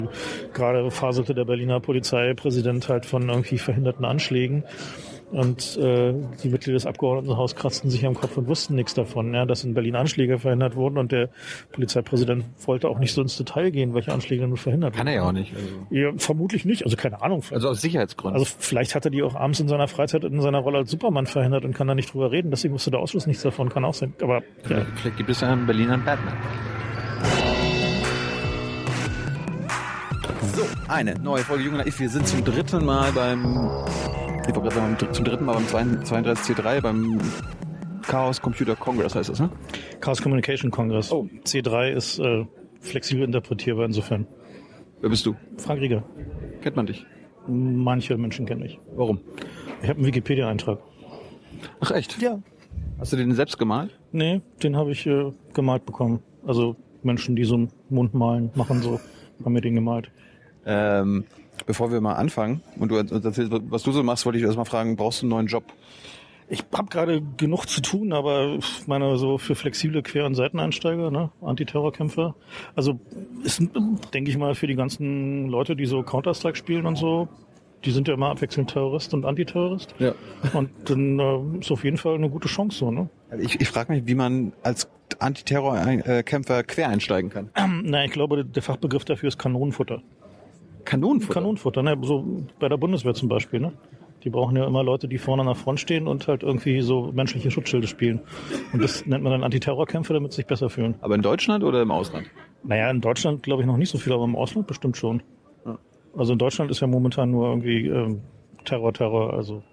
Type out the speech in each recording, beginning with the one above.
Gerade faselte der Berliner Polizeipräsident halt von irgendwie verhinderten Anschlägen. Und die Mitglieder des Abgeordnetenhauses kratzten sich am Kopf und wussten nichts davon, ja, dass in Berlin Anschläge verhindert wurden. Und der Polizeipräsident wollte auch nicht so ins Detail gehen, welche Anschläge nun verhindert wurden. Kann er ja auch nicht. Also. Ja, vermutlich nicht. Also keine Ahnung. Also aus Sicherheitsgründen. Also vielleicht hat er die auch abends in seiner Freizeit in seiner Rolle als Superman verhindert und kann da nicht drüber reden. Deswegen wusste der Ausschuss nichts davon. Kann auch sein. Aber ja. Vielleicht gibt es ja in Berlin einen Batman. So, eine neue Folge Jung und Naiv. Wir sind zum dritten Mal beim 32C3 beim Chaos Computer Congress heißt das, ne? Chaos Communication Congress. Oh. C3 ist flexibel interpretierbar insofern. Wer bist du? Frank Rieger. Kennt man dich? Manche Menschen kennen mich. Warum? Ich habe einen Wikipedia-Eintrag. Ach echt? Ja. Hast du den selbst gemalt? Nee, den habe ich gemalt bekommen. Also Menschen, die so einen Mund malen, machen so, haben mir den gemalt. Bevor wir mal anfangen und du erzählst, was du so machst, wollte ich erst mal fragen, brauchst du einen neuen Job? Ich habe gerade genug zu tun, aber ich meine, so für flexible Quer- und Seiteneinsteiger, ne, Antiterrorkämpfer. Also ist, denke ich mal, für die ganzen Leute, die so Counter-Strike spielen und so, die sind ja immer abwechselnd Terrorist und Antiterrorist. Ja. Und dann ist auf jeden Fall eine gute Chance so, ne? Ich frage mich, wie man als Antiterrorkämpfer quer einsteigen kann. Na, ich glaube, der Fachbegriff dafür ist Kanonenfutter. Kanonenfutter? Kanonenfutter, ne? So bei der Bundeswehr zum Beispiel, ne? Die brauchen ja immer Leute, die vorne an der Front stehen und halt irgendwie so menschliche Schutzschilde spielen. Und das nennt man dann Antiterrorkämpfer, damit sie sich besser fühlen. Aber in Deutschland oder im Ausland? Naja, in Deutschland glaube ich noch nicht so viel, aber im Ausland bestimmt schon. Ja. Also in Deutschland ist ja momentan nur irgendwie Terror, also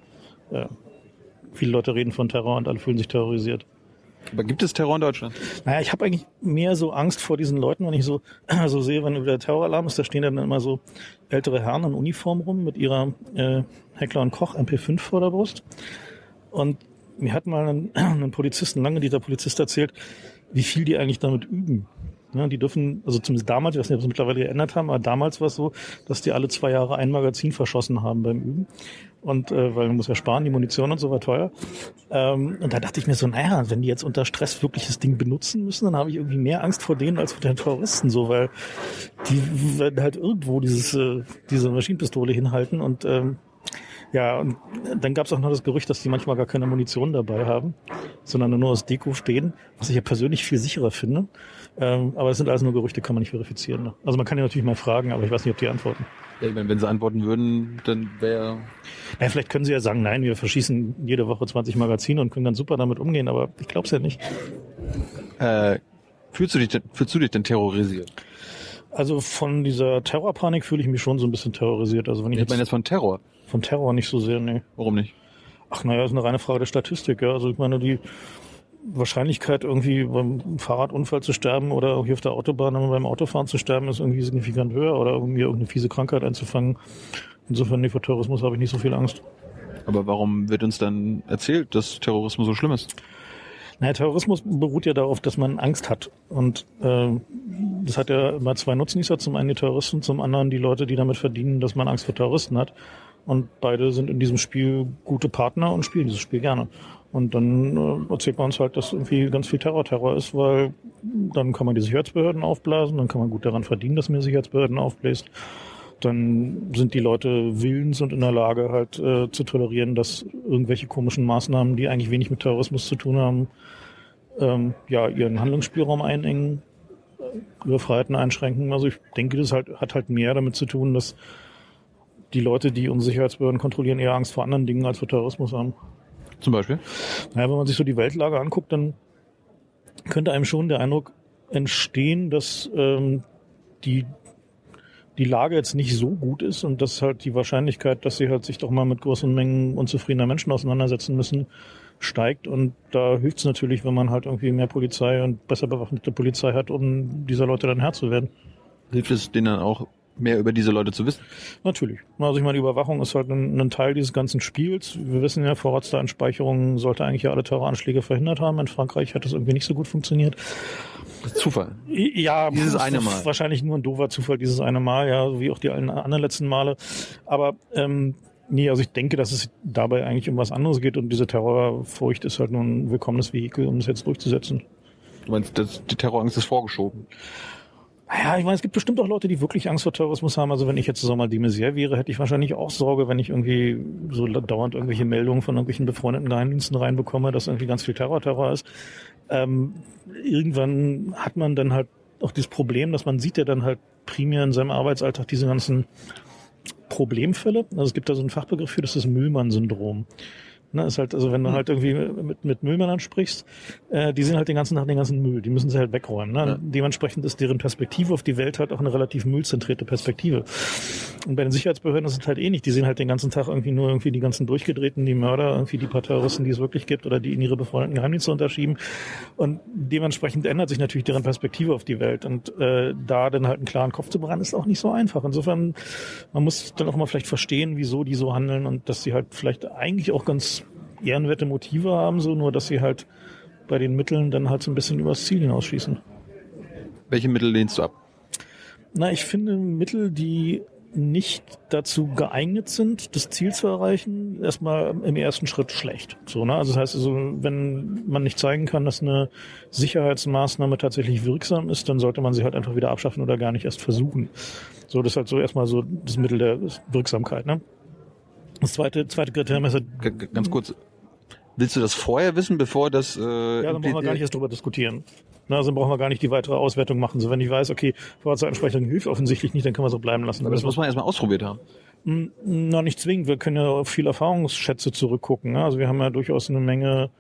viele Leute reden von Terror und alle fühlen sich terrorisiert. Aber gibt es Terror in Deutschland? Naja, ich habe eigentlich mehr so Angst vor diesen Leuten, wenn ich so sehe, wenn wieder Terroralarm ist, da stehen dann immer so ältere Herren in Uniform rum mit ihrer Heckler und Koch MP5 vor der Brust. Und mir hat mal ein Polizist, ein langjähriger Polizist erzählt, wie viel die eigentlich damit üben. Ja, die dürfen, also zumindest damals, ich weiß nicht, ob sie mittlerweile geändert haben, aber damals war es so, dass die alle 2 Jahre ein Magazin verschossen haben beim Üben. Und weil man muss ja sparen, die Munition und so war teuer. Und da dachte ich mir so, naja, wenn die jetzt unter Stress wirklich das Ding benutzen müssen, dann habe ich irgendwie mehr Angst vor denen als vor den Terroristen, so, weil die werden halt irgendwo diese Maschinenpistole hinhalten und ja, und dann gab es auch noch das Gerücht, dass die manchmal gar keine Munition dabei haben, sondern nur aus Deko stehen, was ich ja persönlich viel sicherer finde. Aber es sind alles nur Gerüchte, kann man nicht verifizieren. Ne? Also man kann ja natürlich mal fragen, aber ich weiß nicht, ob die antworten. Ja, ich meine, wenn sie antworten würden, dann wäre... Naja, vielleicht können sie ja sagen, nein, wir verschießen jede Woche 20 Magazine und können ganz super damit umgehen, aber ich glaube es ja nicht. Fühlst du dich denn terrorisiert? Also von dieser Terrorpanik fühle ich mich schon so ein bisschen terrorisiert. Also wenn ich meine jetzt von Terror? Von Terror nicht so sehr, nee. Warum nicht? Ach naja, ist eine reine Frage der Statistik, ja. Also ich meine, die Wahrscheinlichkeit irgendwie beim Fahrradunfall zu sterben oder hier auf der Autobahn beim Autofahren zu sterben ist irgendwie signifikant höher oder irgendwie irgendeine fiese Krankheit einzufangen. Insofern, nee, vor Terrorismus habe ich nicht so viel Angst. Aber warum wird uns dann erzählt, dass Terrorismus so schlimm ist? Naja, Terrorismus beruht ja darauf, dass man Angst hat. Und das hat ja immer 2 Nutznießer. Zum einen die Terroristen, zum anderen die Leute, die damit verdienen, dass man Angst vor Terroristen hat. Und beide sind in diesem Spiel gute Partner und spielen dieses Spiel gerne. Und dann erzählt man uns halt, dass irgendwie ganz viel Terror ist, weil dann kann man die Sicherheitsbehörden aufblasen, dann kann man gut daran verdienen, dass man die Sicherheitsbehörden aufbläst. Dann sind die Leute willens und in der Lage halt zu tolerieren, dass irgendwelche komischen Maßnahmen, die eigentlich wenig mit Terrorismus zu tun haben, ihren Handlungsspielraum einengen, ihre Freiheiten einschränken. Also ich denke, das hat halt mehr damit zu tun, dass die Leute, die unsere Sicherheitsbehörden kontrollieren, eher Angst vor anderen Dingen als vor Terrorismus haben. Zum Beispiel? Naja, wenn man sich so die Weltlage anguckt, dann könnte einem schon der Eindruck entstehen, dass die Lage jetzt nicht so gut ist und dass halt die Wahrscheinlichkeit, dass sie halt sich doch mal mit großen Mengen unzufriedener Menschen auseinandersetzen müssen, steigt. Und da hilft es natürlich, wenn man halt irgendwie mehr Polizei und besser bewaffnete Polizei hat, um dieser Leute dann Herr zu werden. Hilft es denen dann auch, mehr über diese Leute zu wissen? Natürlich. Also ich meine, die Überwachung ist halt ein Teil dieses ganzen Spiels. Wir wissen ja, Vorratsdatenspeicherung sollte eigentlich ja alle Terroranschläge verhindert haben. In Frankreich hat das irgendwie nicht so gut funktioniert. Das ist Zufall. Ja, dieses eine Mal. Wahrscheinlich nur ein doofer Zufall, dieses eine Mal, ja, so wie auch die anderen letzten Male. Aber nee, also ich denke, dass es dabei eigentlich um was anderes geht und diese Terrorfurcht ist halt nur ein willkommenes Vehikel, um es jetzt durchzusetzen. Du meinst, die Terrorangst ist vorgeschoben? Naja, ich meine, es gibt bestimmt auch Leute, die wirklich Angst vor Terrorismus haben. Also wenn ich jetzt so mal de Maizière wäre, hätte ich wahrscheinlich auch Sorge, wenn ich irgendwie so dauernd irgendwelche Meldungen von irgendwelchen befreundeten Geheimdiensten reinbekomme, dass irgendwie ganz viel Terror ist. Irgendwann hat man dann halt auch dieses Problem, dass man sieht ja dann halt primär in seinem Arbeitsalltag diese ganzen Problemfälle. Also es gibt da so einen Fachbegriff für, das ist das Müllmann-Syndrom. Ne, ist halt, also wenn du halt irgendwie mit Müllmännern sprichst, die sehen halt den ganzen Tag den ganzen Müll, die müssen sie halt wegräumen. Ne? Ja. Dementsprechend ist deren Perspektive auf die Welt halt auch eine relativ müllzentrierte Perspektive. Und bei den Sicherheitsbehörden ist es halt ähnlich, die sehen halt den ganzen Tag irgendwie nur irgendwie die ganzen Durchgedrehten, die Mörder, irgendwie die paar Terroristen, die es wirklich gibt oder die in ihre befreundeten Geheimdienste unterschieben. Und dementsprechend ändert sich natürlich deren Perspektive auf die Welt. Und da dann halt einen klaren Kopf zu bewahren, ist auch nicht so einfach. Insofern, man muss dann auch mal vielleicht verstehen, wieso die so handeln und dass sie halt vielleicht eigentlich auch ganz ehrenwerte Motive haben, so nur dass sie halt bei den Mitteln dann halt so ein bisschen übers Ziel hinausschießen. Welche Mittel lehnst du ab? Na, ich finde Mittel, die nicht dazu geeignet sind, das Ziel zu erreichen, erstmal im ersten Schritt schlecht. So, ne? Also das heißt, also, wenn man nicht zeigen kann, dass eine Sicherheitsmaßnahme tatsächlich wirksam ist, dann sollte man sie halt einfach wieder abschaffen oder gar nicht erst versuchen. So, das ist halt so erstmal so das Mittel der Wirksamkeit, ne? Das zweite Kriterium ist halt, ganz kurz. Willst du das vorher wissen, bevor das... ja, dann brauchen wir gar nicht erst drüber diskutieren. Na, also dann brauchen wir gar nicht die weitere Auswertung machen. So, wenn ich weiß, okay, Vorratsdatenspeicherung hilft offensichtlich nicht, dann können wir so bleiben lassen. Aber das muss man erstmal ausprobiert haben. Na, nicht zwingend. Wir können ja auf viele Erfahrungsschätze zurückgucken. Ne? Also wir haben ja durchaus eine Menge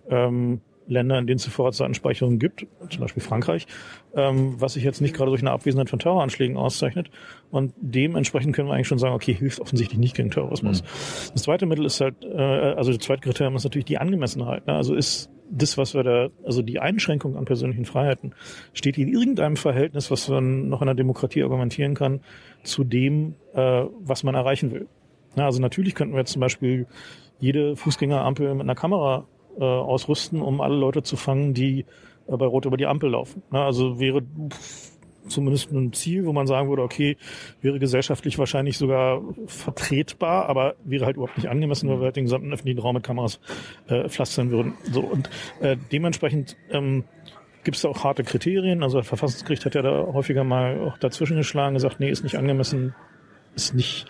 Länder, in denen es Vorratsdatenspeicherung gibt, zum Beispiel Frankreich, was sich jetzt nicht gerade durch eine Abwesenheit von Terroranschlägen auszeichnet. Und dementsprechend können wir eigentlich schon sagen, okay, hilft offensichtlich nicht gegen Terrorismus. Das zweite Mittel ist halt, also das zweite Kriterium ist natürlich die Angemessenheit. Ne? Also ist das, was wir da, also die Einschränkung an persönlichen Freiheiten, steht in irgendeinem Verhältnis, was man noch in der Demokratie argumentieren kann, zu dem, was man erreichen will. Ja, also natürlich könnten wir jetzt zum Beispiel jede Fußgängerampel mit einer Kamera ausrüsten, um alle Leute zu fangen, die bei Rot über die Ampel laufen. Ja, also wäre zumindest ein Ziel, wo man sagen würde, okay, wäre gesellschaftlich wahrscheinlich sogar vertretbar, aber wäre halt überhaupt nicht angemessen, weil wir halt den gesamten öffentlichen Raum mit Kameras pflastern würden. So, und dementsprechend gibt es da auch harte Kriterien. Also das Verfassungsgericht hat ja da häufiger mal auch dazwischen geschlagen, gesagt, nee, ist nicht angemessen, ist nicht,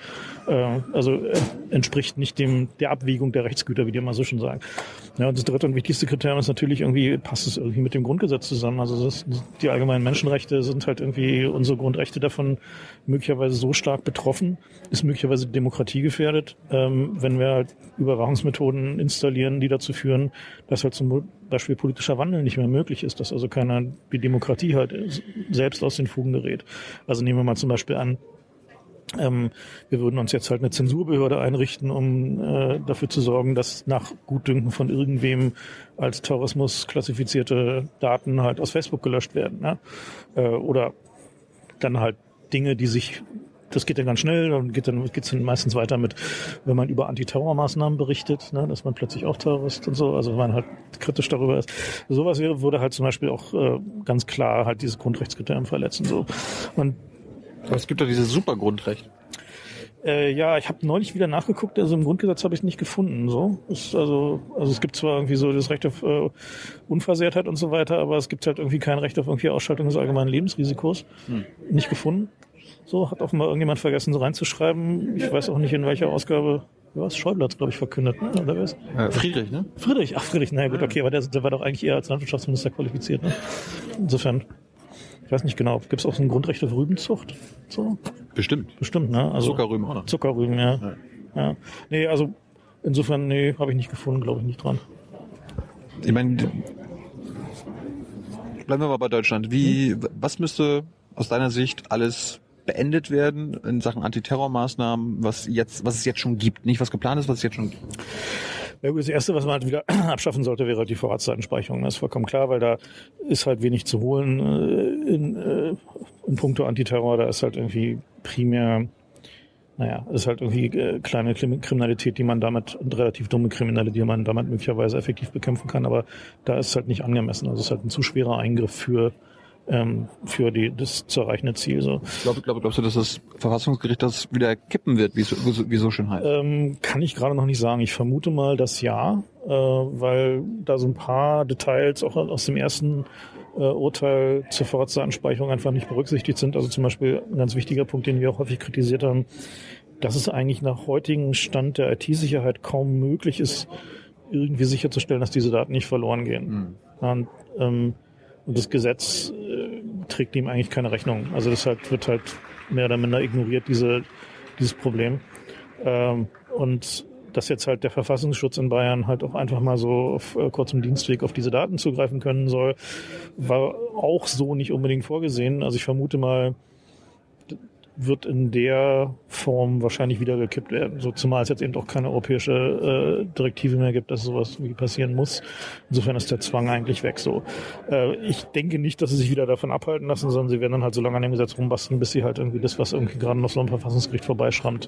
entspricht nicht der Abwägung der Rechtsgüter, wie die immer so schon sagen. Ja, und das dritte und wichtigste Kriterium ist natürlich irgendwie, passt es irgendwie mit dem Grundgesetz zusammen. Also die allgemeinen Menschenrechte sind halt irgendwie unsere Grundrechte davon möglicherweise so stark betroffen, ist möglicherweise die Demokratie gefährdet, wenn wir halt Überwachungsmethoden installieren, die dazu führen, dass halt zum Beispiel politischer Wandel nicht mehr möglich ist, dass also keiner die Demokratie halt selbst aus den Fugen gerät. Also nehmen wir mal zum Beispiel an, wir würden uns jetzt halt eine Zensurbehörde einrichten, um dafür zu sorgen, dass nach Gutdünken von irgendwem als Terrorismus klassifizierte Daten halt aus Facebook gelöscht werden. Ne? Oder dann halt Dinge, die sich, das geht dann ganz schnell, dann geht's dann meistens weiter mit, wenn man über Antiterrormaßnahmen berichtet, ne, dass man plötzlich auch Terrorist und so, also wenn man halt kritisch darüber ist. Sowas würde halt zum Beispiel auch ganz klar halt dieses Grundrechtskriterium verletzen. So. Und aber es gibt doch dieses Supergrundrecht. Ja, ich habe neulich wieder nachgeguckt, also im Grundgesetz habe ich es nicht gefunden. So ist also es gibt zwar irgendwie so das Recht auf Unversehrtheit und so weiter, aber es gibt halt irgendwie kein Recht auf irgendwie Ausschaltung des allgemeinen Lebensrisikos. Nicht gefunden. So, hat offenbar irgendjemand vergessen, so reinzuschreiben. Ich weiß auch nicht, in welcher Ausgabe. Was? Schäuble hat's, glaube ich, verkündet, ne? Oder was? Friedrich, ne? Friedrich, na gut, okay, aber der war doch eigentlich eher als Landwirtschaftsminister qualifiziert, ne? Insofern. Ich weiß nicht genau. Gibt es auch so ein Grundrecht auf Rübenzucht? So? Bestimmt, ne? Also Zuckerrüben auch noch. Zuckerrüben, ja. Nee, also insofern, nee, habe ich nicht gefunden, glaube ich nicht dran. Ich meine, bleiben wir mal bei Deutschland. Was müsste aus deiner Sicht alles beendet werden in Sachen Antiterrormaßnahmen, was es jetzt schon gibt? Nicht was geplant ist, was es jetzt schon gibt. Ja gut, das Erste, was man halt wieder abschaffen sollte, wäre halt die Vorratsdatenspeicherung. Das ist vollkommen klar, weil da ist halt wenig zu holen in puncto Antiterror. Da ist halt irgendwie primär, ist halt irgendwie kleine Kriminalität, die man damit, und relativ dumme Kriminelle, die man damit möglicherweise effektiv bekämpfen kann. Aber da ist es halt nicht angemessen. Also es ist halt ein zu schwerer Eingriff für für das zu erreichende Ziel. So. Glaubst du, dass das Verfassungsgericht das wieder kippen wird, wie so schön heißt? Kann ich gerade noch nicht sagen. Ich vermute mal, dass ja, weil da so ein paar Details auch aus dem ersten Urteil zur Vorratsdatenspeicherung einfach nicht berücksichtigt sind. Also zum Beispiel ein ganz wichtiger Punkt, den wir auch häufig kritisiert haben, dass es eigentlich nach heutigem Stand der IT-Sicherheit kaum möglich ist, irgendwie sicherzustellen, dass diese Daten nicht verloren gehen. Und das Gesetz trägt dem eigentlich keine Rechnung. Also deshalb wird halt mehr oder minder ignoriert, dieses Problem. Und dass jetzt halt der Verfassungsschutz in Bayern halt auch einfach mal so auf kurzem Dienstweg auf diese Daten zugreifen können soll, war auch so nicht unbedingt vorgesehen. Also ich vermute mal, wird in der Form wahrscheinlich wieder gekippt werden. So, zumal es jetzt eben auch keine europäische Direktive mehr gibt, dass sowas wie passieren muss. Insofern ist der Zwang eigentlich weg. So, ich denke nicht, dass sie sich wieder davon abhalten lassen, sondern sie werden dann halt so lange an dem Gesetz rumbasteln, bis sie halt irgendwie das, was irgendwie gerade noch so im Verfassungsgericht vorbeischrammt,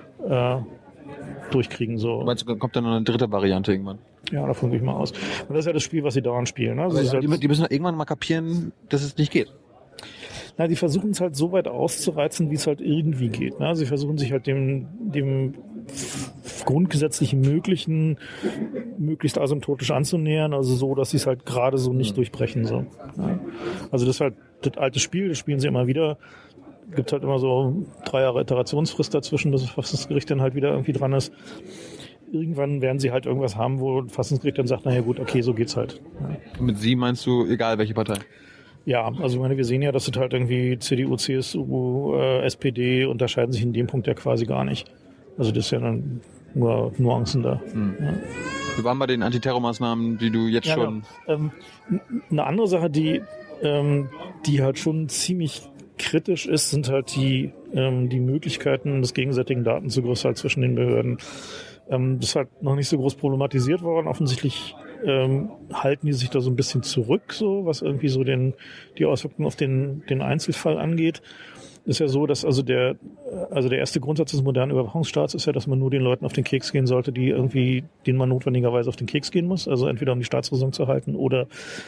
durchkriegen. So. Du meinst, kommt dann noch eine dritte Variante irgendwann? Ja, davon gehe ich mal aus. Und das ist ja das Spiel, was sie dauernd spielen. Ne? Also die müssen irgendwann mal kapieren, dass es nicht geht. Na, die versuchen es halt so weit auszureizen, wie es halt irgendwie geht. Ne? Sie versuchen sich halt dem grundgesetzlich Möglichen möglichst asymptotisch anzunähern, also so, dass sie es halt gerade so nicht durchbrechen. So. Ja? Also das ist halt das alte Spiel, das spielen sie immer wieder. Gibt halt immer so 3 Jahre Iterationsfrist dazwischen, bis das Verfassungsgericht dann halt wieder irgendwie dran ist. Irgendwann werden sie halt irgendwas haben, wo das Verfassungsgericht dann sagt, naja gut, okay, so geht's halt. Ja. Mit Sie meinst du, egal welche Partei? Ja, also ich meine, wir sehen ja, dass es halt irgendwie CDU, CSU, SPD unterscheiden sich in dem Punkt ja quasi gar nicht. Also das ist ja dann nur Nuancen da. Ja. Wir waren bei den Antiterrormaßnahmen, die du jetzt schon... Genau. Eine andere Sache, die halt schon ziemlich kritisch ist, sind halt die Möglichkeiten des gegenseitigen Datenzugriffs halt zwischen den Behörden. Das ist halt noch nicht so groß problematisiert worden. Offensichtlich halten die sich da so ein bisschen zurück, so was irgendwie so die Auswirkungen auf den Einzelfall angeht. Ist ja so, dass also der erste Grundsatz des modernen Überwachungsstaats ist ja, dass man nur den Leuten auf den Keks gehen sollte, denen man notwendigerweise auf den Keks gehen muss. Also entweder um die Staatsräson zu halten oder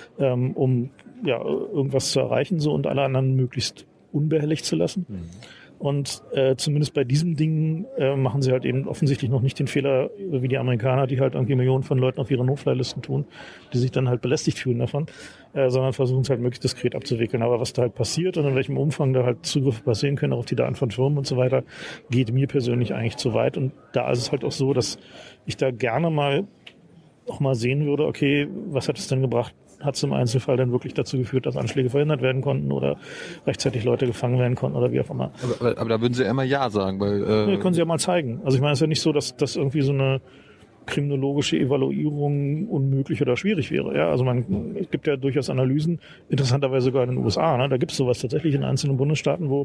um irgendwas zu erreichen, so, und alle anderen möglichst unbehelligt zu lassen. Und zumindest bei diesem Ding machen sie halt eben offensichtlich noch nicht den Fehler, wie die Amerikaner, die halt irgendwie Millionen von Leuten auf ihre No-Fly-Listen tun, die sich dann halt belästigt fühlen davon, sondern versuchen es halt möglichst diskret abzuwickeln. Aber was da halt passiert und in welchem Umfang da halt Zugriffe passieren können, auch auf die Daten von Firmen und so weiter, geht mir persönlich eigentlich zu weit. Und da ist es halt auch so, dass ich da gerne mal auch mal sehen würde, okay, was hat es denn gebracht? Hat es im Einzelfall dann wirklich dazu geführt, dass Anschläge verhindert werden konnten oder rechtzeitig Leute gefangen werden konnten oder wie auch immer. Aber da würden Sie ja immer Ja sagen, weil... können Sie ja mal zeigen. Also ich meine, es ist ja nicht so, dass das irgendwie so eine kriminologische Evaluierung unmöglich oder schwierig wäre. Ja, also es gibt ja durchaus Analysen, interessanterweise sogar in den USA. Ne? Da gibt es sowas tatsächlich in einzelnen Bundesstaaten, wo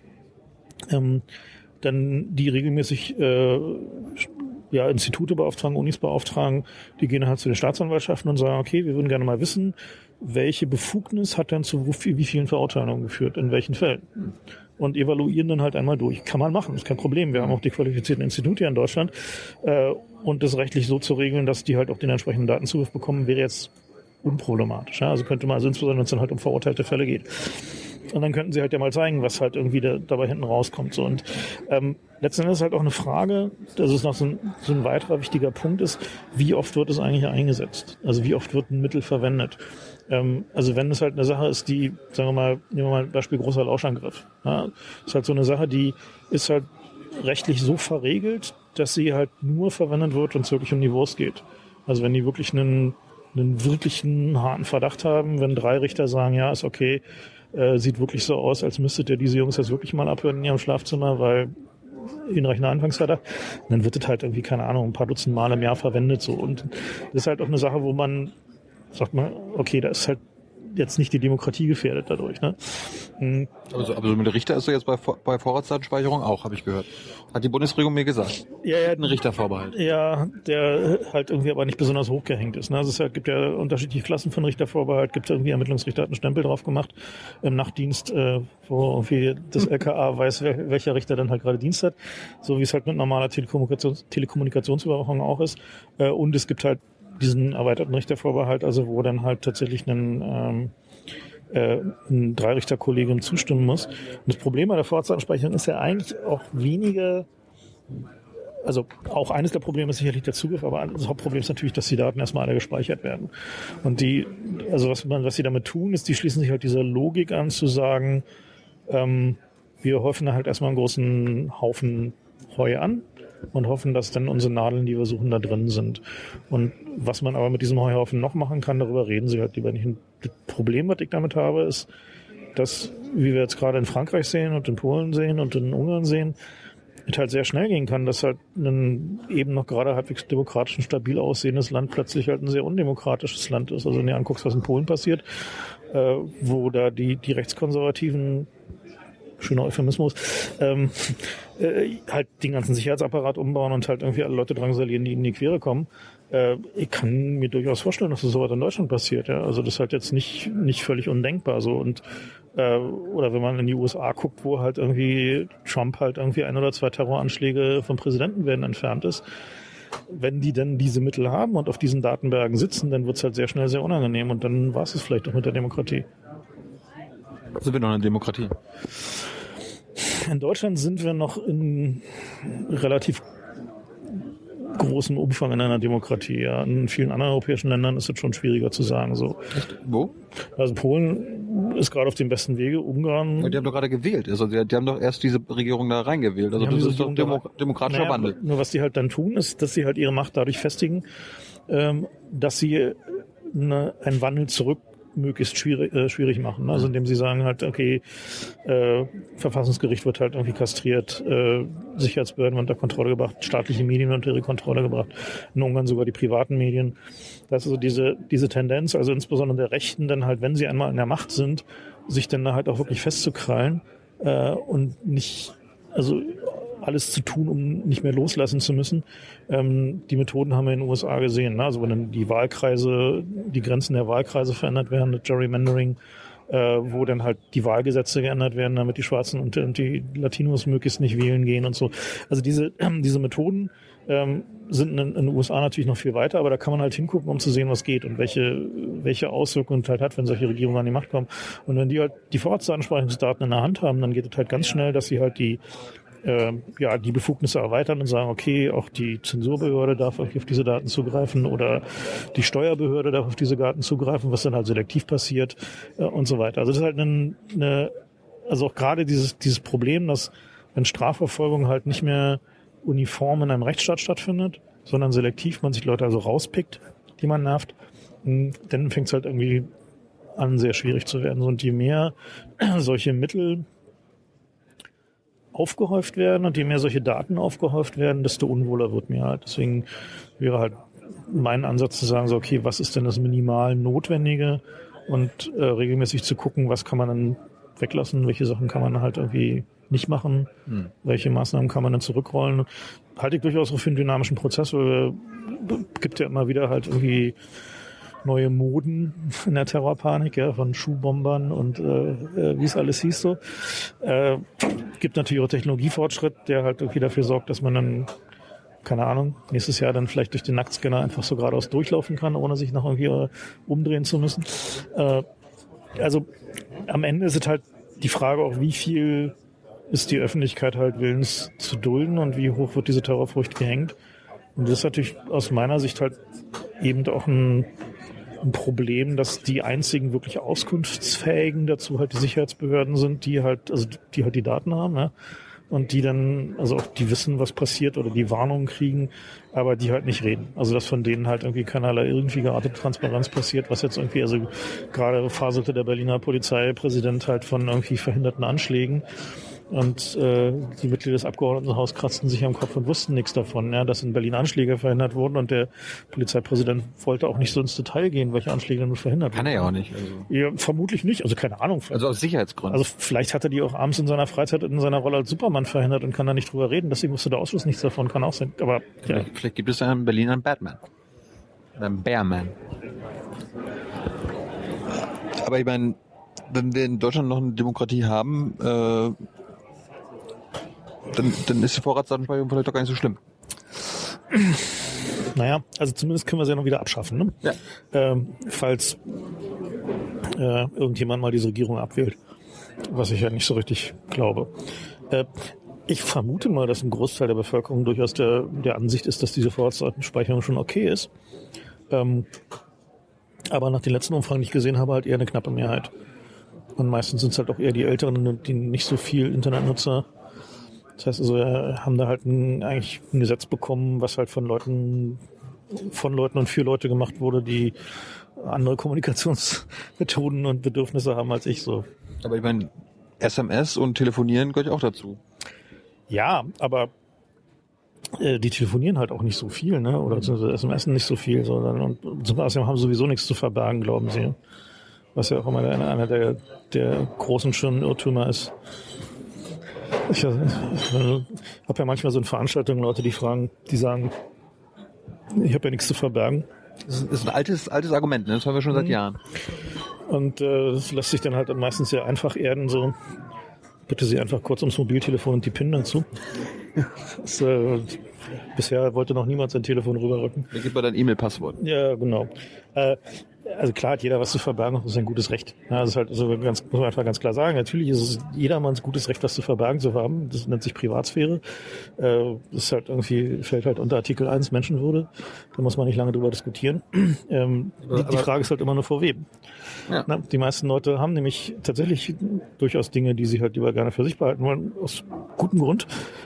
dann die regelmäßig Institute beauftragen, Unis beauftragen, die gehen halt zu den Staatsanwaltschaften und sagen, okay, wir würden gerne mal wissen, welche Befugnis hat denn zu wie vielen Verurteilungen geführt, in welchen Fällen. Und evaluieren dann halt einmal durch. Kann man machen, ist kein Problem. Wir haben auch die qualifizierten Institute hier in Deutschland. Und das rechtlich so zu regeln, dass die halt auch den entsprechenden Datenzugriff bekommen, wäre jetzt unproblematisch. Ja? Also könnte man, also insbesondere wenn es dann halt um verurteilte Fälle geht. Und dann könnten sie halt ja mal zeigen, was halt irgendwie dabei hinten rauskommt. So. Und letzten Endes halt auch eine Frage, das ist noch so ein weiterer wichtiger Punkt ist, wie oft wird es eigentlich eingesetzt? Also wie oft wird ein Mittel verwendet? Also wenn es halt eine Sache ist, die, sagen wir mal, nehmen wir mal Beispiel großer Lauschangriff. Ja, ist halt so eine Sache, die ist halt rechtlich so verregelt, dass sie halt nur verwendet wird, wenn es wirklich um Niveaus geht. Also wenn die wirklich einen wirklichen harten Verdacht haben, wenn 3 Richter sagen, ja, ist okay, sieht wirklich so aus, als müsstet ihr diese Jungs jetzt wirklich mal abhören in ihrem Schlafzimmer, weil hinreichender Anfangsverdacht, dann wird es halt irgendwie, keine Ahnung, ein paar Dutzend Mal im Jahr verwendet. So. Und das ist halt auch eine Sache, wo man sagt, okay, da ist halt jetzt nicht die Demokratie gefährdet dadurch. Ne? Aber so mit Richter ist so jetzt bei Vorratsdatenspeicherung auch, habe ich gehört. Hat die Bundesregierung mir gesagt. Ja, einen Richtervorbehalt. Ja, der halt irgendwie aber nicht besonders hochgehängt ist. Ne? Also es halt, gibt ja unterschiedliche Klassen von Richtervorbehalt. Gibt es irgendwie Ermittlungsrichter, hat einen Stempel drauf gemacht im Nachtdienst, wo irgendwie das LKA weiß, welcher Richter dann halt gerade Dienst hat. So wie es halt mit normaler Telekommunikationsüberwachung auch ist. Und es gibt halt diesen erweiterten Richtervorbehalt, also wo dann halt tatsächlich ein ein Dreirichterkollegium zustimmen muss. Und das Problem bei der Vorratsdatenspeicherung ist ja eigentlich auch weniger, also auch eines der Probleme ist sicherlich der Zugriff, aber das Hauptproblem ist natürlich, dass die Daten erstmal alle gespeichert werden. Und was sie damit tun, ist, die schließen sich halt dieser Logik an, zu sagen, wir häufen da halt erstmal einen großen Haufen Heu an und hoffen, dass dann unsere Nadeln, die wir suchen, da drin sind. Und was man aber mit diesem Heuhaufen noch machen kann, darüber reden sie halt lieber nicht. Und das Problem, was ich damit habe, ist, dass, wie wir jetzt gerade in Frankreich sehen und in Polen sehen und in Ungarn sehen, es halt sehr schnell gehen kann, dass halt ein eben noch gerade halbwegs demokratisch und stabil aussehendes Land plötzlich halt ein sehr undemokratisches Land ist. Also wenn du dir anguckst, was in Polen passiert, wo da die Rechtskonservativen, schöner Euphemismus, halt den ganzen Sicherheitsapparat umbauen und halt irgendwie alle Leute drangsalieren, die in die Quere kommen. Ich kann mir durchaus vorstellen, dass das sowas in Deutschland passiert. Ja? Also das ist halt jetzt nicht völlig undenkbar so. Und oder wenn man in die USA guckt, wo halt irgendwie Trump halt irgendwie 1 oder 2 Terroranschläge vom Präsidenten werden entfernt ist. Wenn die denn diese Mittel haben und auf diesen Datenbergen sitzen, dann wird es halt sehr schnell sehr unangenehm und dann war es vielleicht auch mit der Demokratie. Sind wir noch eine Demokratie? In Deutschland sind wir noch in relativ großem Umfang in einer Demokratie. Ja. In vielen anderen europäischen Ländern ist es schon schwieriger zu sagen. So. Wo? Also Polen ist gerade auf dem besten Wege, Ungarn... Ja, die haben doch gerade gewählt. Also die haben doch erst diese Regierung da reingewählt. Also das ist doch demokratischer Wandel. Nur was die halt dann tun, ist, dass sie halt ihre Macht dadurch festigen, dass sie einen Wandel zurück möglichst schwierig machen. Also indem sie sagen halt, okay, Verfassungsgericht wird halt irgendwie kastriert, Sicherheitsbehörden unter Kontrolle gebracht, staatliche Medien unter ihre Kontrolle gebracht, in Ungarn sogar die privaten Medien. Das ist also diese Tendenz, also insbesondere der Rechten, dann halt, wenn sie einmal in der Macht sind, sich dann da halt auch wirklich festzukrallen und nicht, also alles zu tun, um nicht mehr loslassen zu müssen. Die Methoden haben wir in den USA gesehen. Ne? Also wenn dann die Grenzen der Wahlkreise verändert werden, das Gerrymandering, wo dann halt die Wahlgesetze geändert werden, damit die Schwarzen und die Latinos möglichst nicht wählen gehen und so. Also diese Methoden sind in den USA natürlich noch viel weiter, aber da kann man halt hingucken, um zu sehen, was geht und welche Auswirkungen es halt hat, wenn solche Regierungen an die Macht kommen. Und wenn die halt die Vorratsdatenspeicherungsdaten in der Hand haben, dann geht es halt ganz schnell, dass sie halt die Befugnisse erweitern und sagen, okay, auch die Zensurbehörde darf auf diese Daten zugreifen oder die Steuerbehörde darf auf diese Daten zugreifen, was dann halt selektiv passiert und so weiter. Also das ist halt also auch gerade dieses Problem, dass wenn Strafverfolgung halt nicht mehr uniform in einem Rechtsstaat stattfindet, sondern selektiv man sich Leute also rauspickt, die man nervt, dann fängt es halt irgendwie an, sehr schwierig zu werden. Und je mehr solche Mittel aufgehäuft werden und je mehr solche Daten aufgehäuft werden, desto unwohler wird mir halt. Deswegen wäre halt mein Ansatz zu sagen, so okay, was ist denn das minimal Notwendige und regelmäßig zu gucken, was kann man dann weglassen, welche Sachen kann man halt irgendwie nicht machen, welche Maßnahmen kann man dann zurückrollen. Halte ich durchaus auch für einen dynamischen Prozess, weil gibt ja immer wieder halt irgendwie neue Moden in der Terrorpanik, ja, von Schuhbombern und wie es alles hieß so. Gibt natürlich auch Technologiefortschritt, der halt irgendwie dafür sorgt, dass man dann, keine Ahnung, nächstes Jahr dann vielleicht durch den Nacktscanner einfach so geradeaus durchlaufen kann, ohne sich noch irgendwie umdrehen zu müssen. Also am Ende ist es halt die Frage auch, wie viel ist die Öffentlichkeit halt willens zu dulden und wie hoch wird diese Terrorfurcht gehängt. Und das ist natürlich aus meiner Sicht halt eben auch ein Problem, dass die einzigen wirklich Auskunftsfähigen dazu halt die Sicherheitsbehörden sind, die halt die Daten haben, ja, und die dann, also auch die wissen, was passiert oder die Warnungen kriegen, aber die halt nicht reden. Also dass von denen halt irgendwie keinerlei irgendwie geartete Transparenz passiert, was jetzt irgendwie, also gerade faselte der Berliner Polizeipräsident halt von irgendwie verhinderten Anschlägen. Und die Mitglieder des Abgeordnetenhauses kratzten sich am Kopf und wussten nichts davon, ja, dass in Berlin Anschläge verhindert wurden. Und der Polizeipräsident wollte auch nicht so ins Detail gehen, welche Anschläge dann verhindert wurden. Kann er ja auch nicht. Also. Ja, vermutlich nicht. Also keine Ahnung. Also aus Sicherheitsgründen. Also vielleicht hat er die auch abends in seiner Freizeit in seiner Rolle als Superman verhindert und kann da nicht drüber reden. Deswegen wusste der Ausschuss nichts davon. Kann auch sein. Aber ja. Vielleicht gibt es ja in Berlin einen Batman. Einen Bearman. Aber ich meine, wenn wir in Deutschland noch eine Demokratie haben, dann ist die Vorratsdatenspeicherung vielleicht doch gar nicht so schlimm. Naja, also zumindest können wir sie ja noch wieder abschaffen. Ne? Ja. Falls irgendjemand mal diese Regierung abwählt. Was ich ja nicht so richtig glaube. Ich vermute mal, dass ein Großteil der Bevölkerung durchaus der Ansicht ist, dass diese Vorratsdatenspeicherung schon okay ist. Aber nach den letzten Umfragen, die ich gesehen habe, halt eher eine knappe Mehrheit. Und meistens sind es halt auch eher die Älteren, die nicht so viel Internetnutzer. Das heißt also, wir haben da halt eigentlich ein Gesetz bekommen, was halt von Leuten und für Leute gemacht wurde, die andere Kommunikationsmethoden und Bedürfnisse haben als ich so. Aber ich meine, SMS und Telefonieren gehört ja auch dazu. Ja, aber die telefonieren halt auch nicht so viel, ne? Oder beziehungsweise SMSen nicht so viel, sondern und außerdem haben sowieso nichts zu verbergen, glauben sie. Was ja auch immer einer der großen schönen Irrtümer ist. Ich habe ja manchmal so in Veranstaltungen Leute, die sagen, ich habe ja nichts zu verbergen. Das ist ein altes Argument, ne? Das haben wir schon seit Jahren. Und das lässt sich dann halt meistens sehr einfach erden, so bitte Sie einfach kurz ums Mobiltelefon und die PIN dazu. Das, bisher wollte noch niemand sein Telefon rüberrücken. Da gibt man dann E-Mail-Passwort. Ja, genau. Also klar hat jeder was zu verbergen, das ist ein gutes Recht. Ja, das ist halt also muss man einfach ganz klar sagen. Natürlich ist es jedermanns gutes Recht, was zu verbergen zu haben. Das nennt sich Privatsphäre. Das ist halt irgendwie, fällt halt unter Artikel 1 Menschenwürde. Da muss man nicht lange drüber diskutieren. Die Frage ist halt immer nur vor wem. Ja. Na, die meisten Leute haben nämlich tatsächlich durchaus Dinge, die sie halt lieber gerne für sich behalten wollen, aus gutem Grund.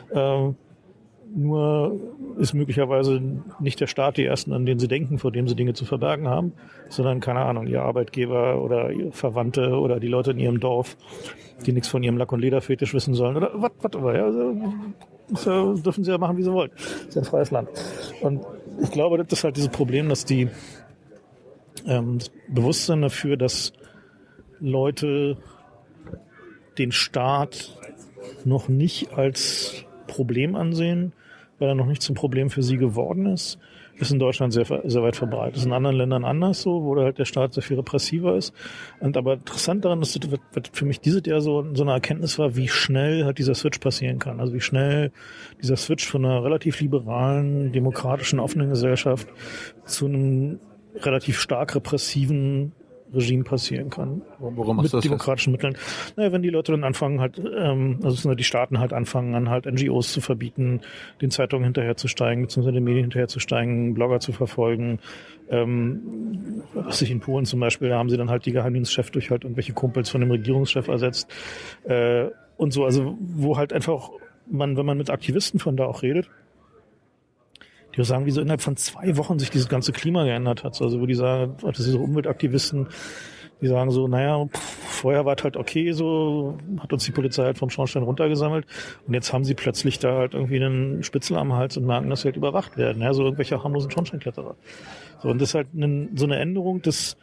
Nur ist möglicherweise nicht der Staat die Ersten, an den sie denken, vor dem sie Dinge zu verbergen haben, sondern, keine Ahnung, ihr Arbeitgeber oder ihre Verwandte oder die Leute in ihrem Dorf, die nichts von ihrem Lack- und Lederfetisch wissen sollen oder was aber. Ja, also, dürfen sie ja machen, wie sie wollen. Das ist ein freies Land. Und ich glaube, das ist halt dieses Problem, dass das Bewusstsein dafür, dass Leute den Staat noch nicht als Problem ansehen, weil er noch nicht zum Problem für sie geworden ist in Deutschland sehr, sehr weit verbreitet. Das ist in anderen Ländern anders so, wo halt der Staat sehr viel repressiver ist. Und aber interessant daran, dass für mich dieses Jahr so eine Erkenntnis war, wie schnell halt dieser Switch passieren kann. Also wie schnell dieser Switch von einer relativ liberalen, demokratischen, offenen Gesellschaft zu einem relativ stark repressiven Regime passieren kann. Worum machst du das mit demokratischen Mitteln. Naja, wenn die Leute dann anfangen halt, also die Staaten halt anfangen an halt NGOs zu verbieten, den Zeitungen hinterherzusteigen, beziehungsweise den Medien hinterherzusteigen, Blogger zu verfolgen. Was sich in Polen zum Beispiel, da haben sie dann halt die Geheimdienstchef durch halt irgendwelche Kumpels von dem Regierungschef ersetzt. Und so, also wo halt einfach wenn man mit Aktivisten von da auch redet, die sagen, wie so innerhalb von 2 Wochen sich dieses ganze Klima geändert hat. Also wo die sagen, das sind so Umweltaktivisten, die sagen so, naja, vorher war es halt okay, so hat uns die Polizei halt vom Schornstein runtergesammelt und jetzt haben sie plötzlich da halt irgendwie einen Spitzel am Hals und merken, dass sie halt überwacht werden. Ja, so irgendwelche harmlosen Schornsteinkletterer. So, und das ist halt so eine Änderung des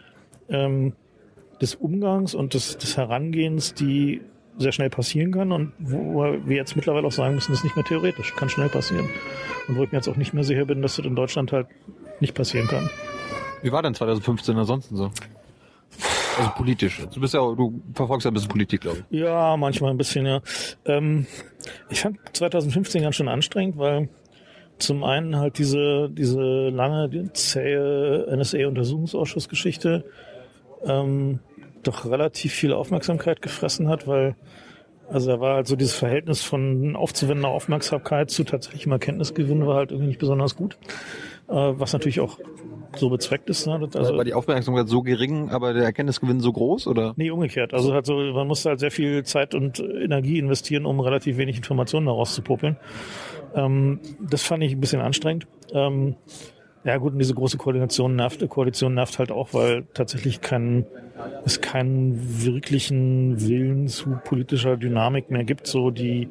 Umgangs und des Herangehens, die sehr schnell passieren kann und wo wir jetzt mittlerweile auch sagen müssen, das ist nicht mehr theoretisch, kann schnell passieren. Und wo ich mir jetzt auch nicht mehr sicher bin, dass das in Deutschland halt nicht passieren kann. Wie war denn 2015 ansonsten so? Also politisch. Du verfolgst ja ein bisschen Politik, glaube ich. Ja, manchmal ein bisschen, ja. Ich fand 2015 ganz schön anstrengend, weil zum einen halt diese lange, zähe NSA-Untersuchungsausschussgeschichte doch relativ viel Aufmerksamkeit gefressen hat, weil also da war halt so dieses Verhältnis von aufzuwendender Aufmerksamkeit zu tatsächlichem Erkenntnisgewinn war halt irgendwie nicht besonders gut, was natürlich auch so bezweckt ist. Ne? Also, war die Aufmerksamkeit so gering, aber der Erkenntnisgewinn so groß, oder? Nee, umgekehrt. Also halt so, man musste halt sehr viel Zeit und Energie investieren, um relativ wenig Informationen daraus zu popeln. Das fand ich ein bisschen anstrengend. Ja gut, und diese große Koalition nervt halt auch, weil tatsächlich es keinen wirklichen Willen zu politischer Dynamik mehr gibt, so die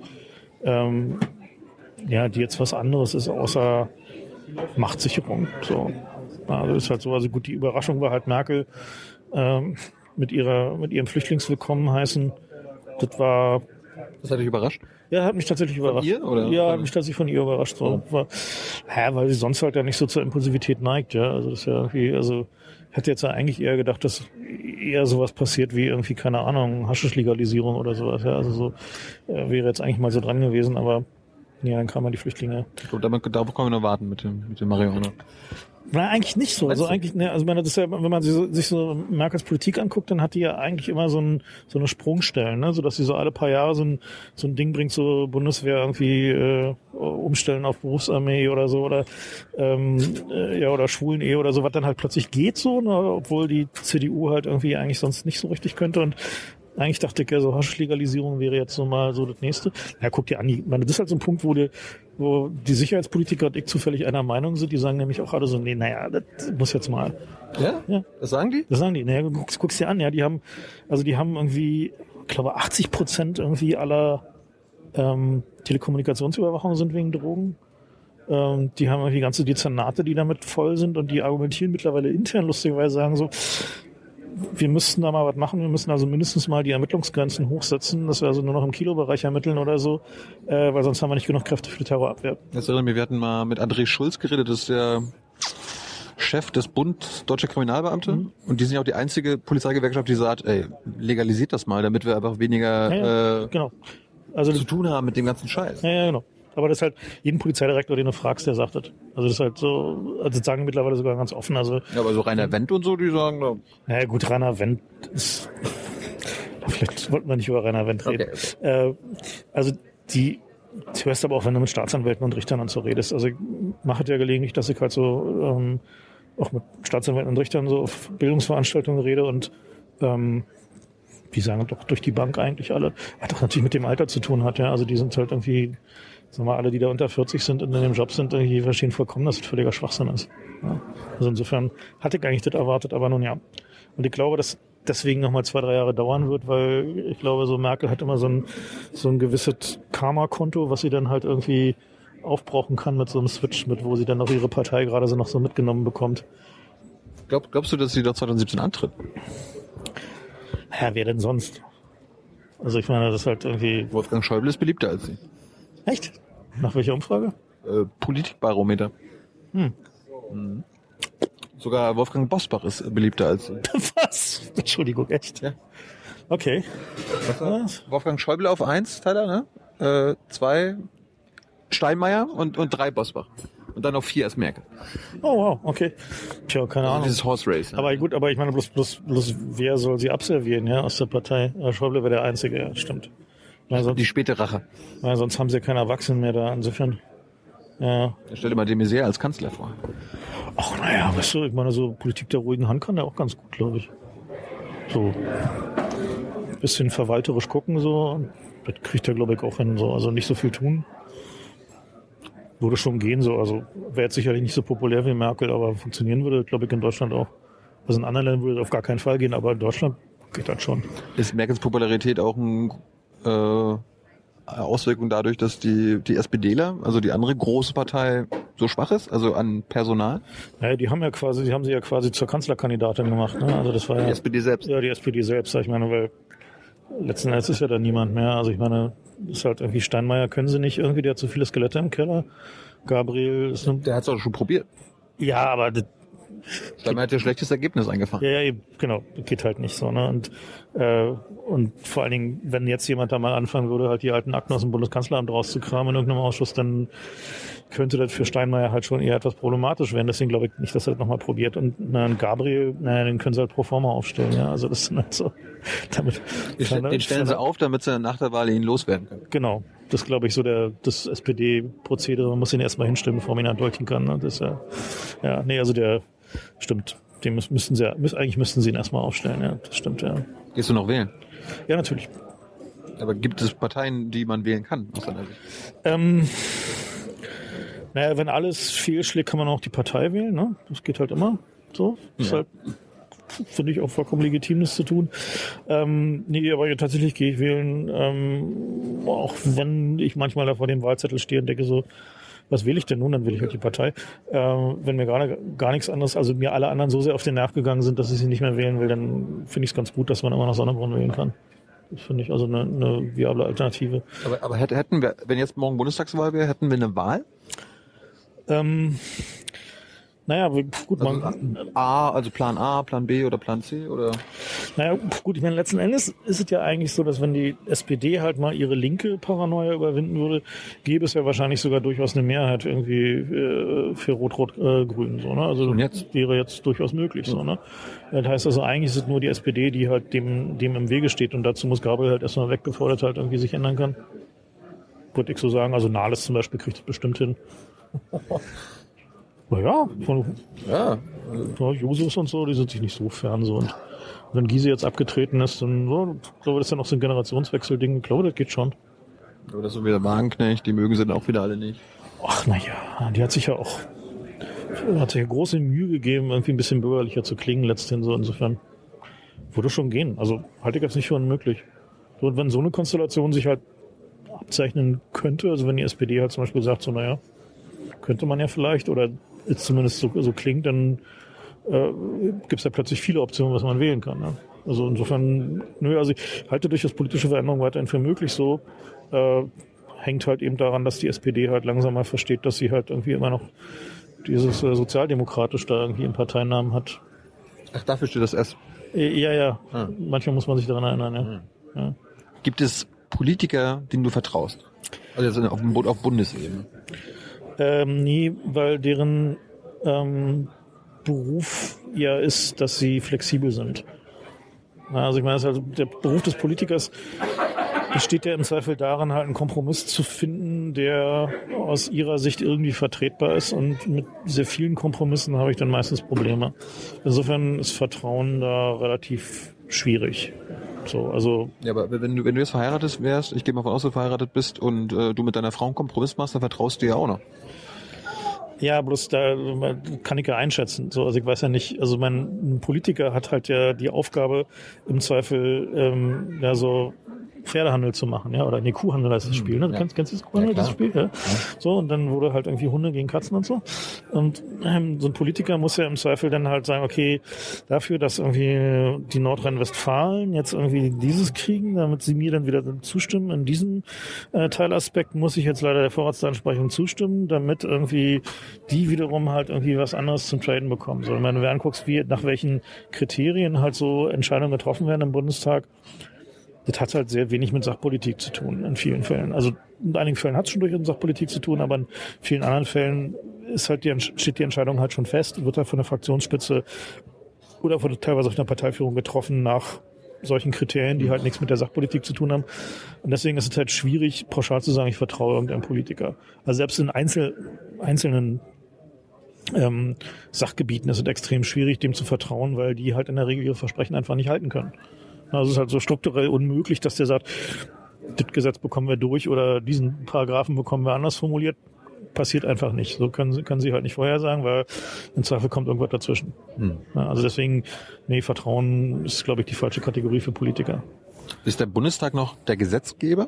jetzt was anderes ist, außer Machtsicherung. So. Also ist halt so, also gut, die Überraschung war halt Merkel mit ihrem Flüchtlingswillkommen heißen. Das hat dich überrascht? Ja, hat mich tatsächlich überrascht. Von ihr, oder? Ja, hat mich tatsächlich von ihr überrascht. So. Weil sie sonst halt ja nicht so zur Impulsivität neigt, ja. Also das ist ja irgendwie, also ich hätte jetzt ja eigentlich eher gedacht, dass eher sowas passiert wie irgendwie, keine Ahnung, Haschisch-Legalisierung oder sowas, ja. Also so wäre jetzt eigentlich mal so dran gewesen, aber Ja, dann kamen die Flüchtlinge. Ich glaube, darauf können wir nur warten mit dem Marihuana. Na, eigentlich nicht so. Also eigentlich, ne, also das ist ja, wenn man sich so Merkels Politik anguckt, dann hat die ja eigentlich immer so eine Sprungstellen, ne, so dass sie so alle paar Jahre so ein Ding bringt, so Bundeswehr irgendwie umstellen auf Berufsarmee oder so oder oder Schwulen-Ehe oder so, was dann halt plötzlich geht so, ne, obwohl die CDU halt irgendwie eigentlich sonst nicht so richtig könnte und eigentlich dachte ich ja, so Haschlegalisierung wäre jetzt so mal so das Nächste. Ja, guck dir an, das ist halt so ein Punkt, wo die Sicherheitspolitiker und ich zufällig einer Meinung sind, die sagen nämlich auch alle so, nee, naja, das muss jetzt mal. Ja? Das sagen die? Das sagen die. Naja, guck's dir an, ja, die haben irgendwie, ich glaube, 80% irgendwie aller Telekommunikationsüberwachung sind wegen Drogen. Die haben irgendwie ganze Dezernate, die damit voll sind und die argumentieren mittlerweile intern lustigerweise, sagen so, wir müssten da mal was machen. Wir müssen also mindestens mal die Ermittlungsgrenzen hochsetzen, dass wir also nur noch im Kilobereich ermitteln oder so, weil sonst haben wir nicht genug Kräfte für die Terrorabwehr. Das erinnert mich, wir hatten mal mit André Schulz geredet, das ist der Chef des Bund Deutscher Kriminalbeamte. Und die sind ja auch die einzige Polizeigewerkschaft, die sagt, ey, legalisiert das mal, damit wir einfach weniger genau. Also zu tun haben mit dem ganzen Scheiß. Ja, genau. Aber das ist halt, jeden Polizeidirektor, den du fragst, der sagt das. Also das ist halt so, also das sagen die mittlerweile sogar ganz offen. Also, ja, aber so Rainer Wendt und so, die sagen da. Naja gut, Rainer Wendt ist, vielleicht wollten wir nicht über Rainer Wendt reden. Okay. Also das hörst aber auch, wenn du mit Staatsanwälten und Richtern und so redest. Also ich mache ja gelegentlich, dass ich halt so auch mit Staatsanwälten und Richtern so auf Bildungsveranstaltungen rede und die sagen doch durch die Bank eigentlich alle, was doch natürlich mit dem Alter zu tun hat, ja. Also die sind halt irgendwie, sagen wir mal, alle, die da unter 40 sind und in dem Job sind, die verstehen vollkommen, dass das völliger Schwachsinn ist. Ja. Also insofern hatte ich eigentlich das erwartet, aber nun ja. Und ich glaube, dass deswegen nochmal 2-3 Jahre dauern wird, weil ich glaube, so Merkel hat immer so ein gewisses Karma-Konto, was sie dann halt irgendwie aufbrauchen kann mit so einem Switch, mit wo sie dann noch ihre Partei gerade so noch so mitgenommen bekommt. Glaubst du, dass sie da 2017 antritt? Naja, wer denn sonst? Also ich meine, das ist halt irgendwie... Wolfgang Schäuble ist beliebter als sie. Echt? Nach welcher Umfrage? Politikbarometer. Sogar Wolfgang Bosbach ist beliebter als sie. Was? Entschuldigung, echt? Ja. Okay. Was? Wolfgang Schäuble auf 1, Tyler, ne? 2 Steinmeier und 3 Bosbach. Und dann auf 4 ist Merkel. Oh wow, okay. Tja, keine Ahnung. Dieses Horse Race. Ne? Aber gut, aber ich meine bloß wer soll sie abservieren, ja, aus der Partei? Schäuble wäre der Einzige, ja, stimmt. Ja, sonst, die späte Rache. Ja, sonst haben sie ja keine Erwachsenen mehr da, insofern. Ja. Stell dir mal de Maizière als Kanzler vor. Ach, naja, weißt du, ich meine, so Politik der ruhigen Hand kann der auch ganz gut, glaube ich. So. Bisschen verwalterisch gucken, so. Das kriegt er, glaube ich, auch hin, so. Also nicht so viel tun. Würde schon gehen, so. Also wäre jetzt sicherlich nicht so populär wie Merkel, aber funktionieren würde, glaube ich, in Deutschland auch. Also in anderen Ländern würde das auf gar keinen Fall gehen, aber in Deutschland geht das schon. Ist Merkels Popularität auch ein Auswirkung dadurch, dass die SPDler, also die andere große Partei, so schwach ist, also an Personal? Naja, die haben sie ja quasi zur Kanzlerkandidatin gemacht, ne? Also das war die SPD selbst. Ja, die SPD selbst, ich meine, weil letzten Endes ist ja da niemand mehr. Also ich meine, ist halt irgendwie Steinmeier können sie nicht irgendwie, der hat zu viele Skelette im Keller. Gabriel ist der hat es auch schon probiert. Ja, aber Steinmeier hat ja schlechtes Ergebnis eingefahren. Ja, genau, geht halt nicht so, ne? Und vor allen Dingen, wenn jetzt jemand da mal anfangen würde, halt die alten Akten aus dem Bundeskanzleramt rauszukramen in irgendeinem Ausschuss, dann könnte das für Steinmeier halt schon eher etwas problematisch werden. Deswegen glaube ich nicht, dass er das nochmal probiert. Und Gabriel, den können sie halt pro forma aufstellen, ja. Also das ist halt so. Den stellen sie auf, damit sie nach der Wahl ihn loswerden können. Genau. Das ist, glaube ich, so das SPD-Prozedere. Man muss ihn erstmal hinstimmen, bevor man ihn andolchen kann. Ne? Das ist also der stimmt. Eigentlich müssten sie ihn erstmal aufstellen, ja. Das stimmt, ja. Gehst du noch wählen? Ja, natürlich. Aber gibt es Parteien, die man wählen kann, aus deiner Sicht? Naja, wenn alles fehlschlägt, kann man auch die Partei wählen, ne? Das geht halt immer so. Das ist halt, finde ich, auch vollkommen legitim, das zu tun. Aber tatsächlich gehe ich wählen, auch wenn ich manchmal da vor dem Wahlzettel stehe und denke so, was wähle ich denn nun? Dann wähle ich halt die Partei. Wenn mir gar nichts anderes, also mir alle anderen so sehr auf den Nerv gegangen sind, dass ich sie nicht mehr wählen will, dann finde ich es ganz gut, dass man immer noch Sonneborn wählen kann. Das finde ich also eine viable Alternative. Aber hätten wir, wenn jetzt morgen Bundestagswahl wäre, hätten wir eine Wahl? Naja, gut, also Plan A, Plan B oder Plan C, oder? Naja, gut, ich meine, letzten Endes ist es ja eigentlich so, dass wenn die SPD halt mal ihre linke Paranoia überwinden würde, gäbe es ja wahrscheinlich sogar durchaus eine Mehrheit irgendwie für Rot-Rot-Grün, so, ne? Also das wäre jetzt durchaus möglich, so, ne? Das heißt also, eigentlich ist es nur die SPD, die halt dem im Wege steht, und dazu muss Gabriel halt erstmal weg, bevor das halt irgendwie sich ändern kann. Würde ich so sagen. Also Nahles zum Beispiel kriegt das bestimmt hin. Naja, Jusos und so, die sind sich nicht so fern, so. Und wenn Gysi jetzt abgetreten ist, dann, so, ich glaube, das ist ja noch so ein Generationswechselding. Ich glaube, das geht schon. Oder so wie der Wagenknecht, die mögen sie dann auch wieder alle nicht. Ach, naja, die hat sich ja große Mühe gegeben, irgendwie ein bisschen bürgerlicher zu klingen letztendlich, so. Insofern würde schon gehen. Also halte ich jetzt nicht für unmöglich. So, und wenn so eine Konstellation sich halt abzeichnen könnte, also wenn die SPD halt zum Beispiel sagt, so, naja, könnte man ja vielleicht, oder jetzt zumindest so klingt, dann gibt es ja plötzlich viele Optionen, was man wählen kann. Ne? Also insofern, also ich halte durchaus politische Veränderungen weiterhin für möglich, so. Hängt halt eben daran, dass die SPD halt langsam mal versteht, dass sie halt irgendwie immer noch dieses sozialdemokratisch da irgendwie im Parteinamen hat. Ach, dafür steht das S? Ja. Manchmal muss man sich daran erinnern, ja. Ja. Gibt es Politiker, denen du vertraust? Also jetzt auf Bundesebene? Nee, weil deren Beruf ja ist, dass sie flexibel sind. Also ich meine, also der Beruf des Politikers besteht ja im Zweifel darin, halt einen Kompromiss zu finden, der aus ihrer Sicht irgendwie vertretbar ist, und mit sehr vielen Kompromissen habe ich dann meistens Probleme. Insofern ist Vertrauen da relativ schwierig. So, also. Ja, aber wenn du jetzt verheiratet wärst, ich gehe mal von aus, dass du verheiratet bist und du mit deiner Frau einen Kompromiss machst, dann vertraust du ja auch noch. Ja, bloß da kann ich ja einschätzen. So, also ich weiß ja nicht, also ein Politiker hat halt ja die Aufgabe, im Zweifel so Pferdehandel zu machen, ja, oder Kuhhandel heißt das Spiel, ne? Du kennst das Kuhhandel, das Spiel, ja? So, und dann wurde halt irgendwie Hunde gegen Katzen und so. Und so ein Politiker muss ja im Zweifel dann halt sagen, okay, dafür, dass irgendwie die Nordrhein-Westfalen jetzt irgendwie dieses kriegen, damit sie mir dann wieder zustimmen, in diesem Teilaspekt muss ich jetzt leider der Vorratsdatenspeicherung zustimmen, damit irgendwie die wiederum halt irgendwie was anderes zum Traden bekommen. So, wenn du anguckst, nach welchen Kriterien halt so Entscheidungen getroffen werden im Bundestag, das hat halt sehr wenig mit Sachpolitik zu tun, in vielen Fällen. Also in einigen Fällen hat es schon durchaus mit Sachpolitik zu tun, aber in vielen anderen Fällen ist halt steht die Entscheidung halt schon fest, wird halt von der Fraktionsspitze oder teilweise auch von der Parteiführung getroffen nach solchen Kriterien, die halt nichts mit der Sachpolitik zu tun haben. Und deswegen ist es halt schwierig, pauschal zu sagen, ich vertraue irgendeinem Politiker. Also selbst in einzelnen Sachgebieten ist es extrem schwierig, dem zu vertrauen, weil die halt in der Regel ihre Versprechen einfach nicht halten können. Also es ist halt so strukturell unmöglich, dass der sagt, das Gesetz bekommen wir durch oder diesen Paragraphen bekommen wir anders formuliert. Passiert einfach nicht. So können sie halt nicht vorhersagen, weil im Zweifel kommt irgendwas dazwischen. Ja, also deswegen, Vertrauen ist, glaube ich, die falsche Kategorie für Politiker. Ist der Bundestag noch der Gesetzgeber?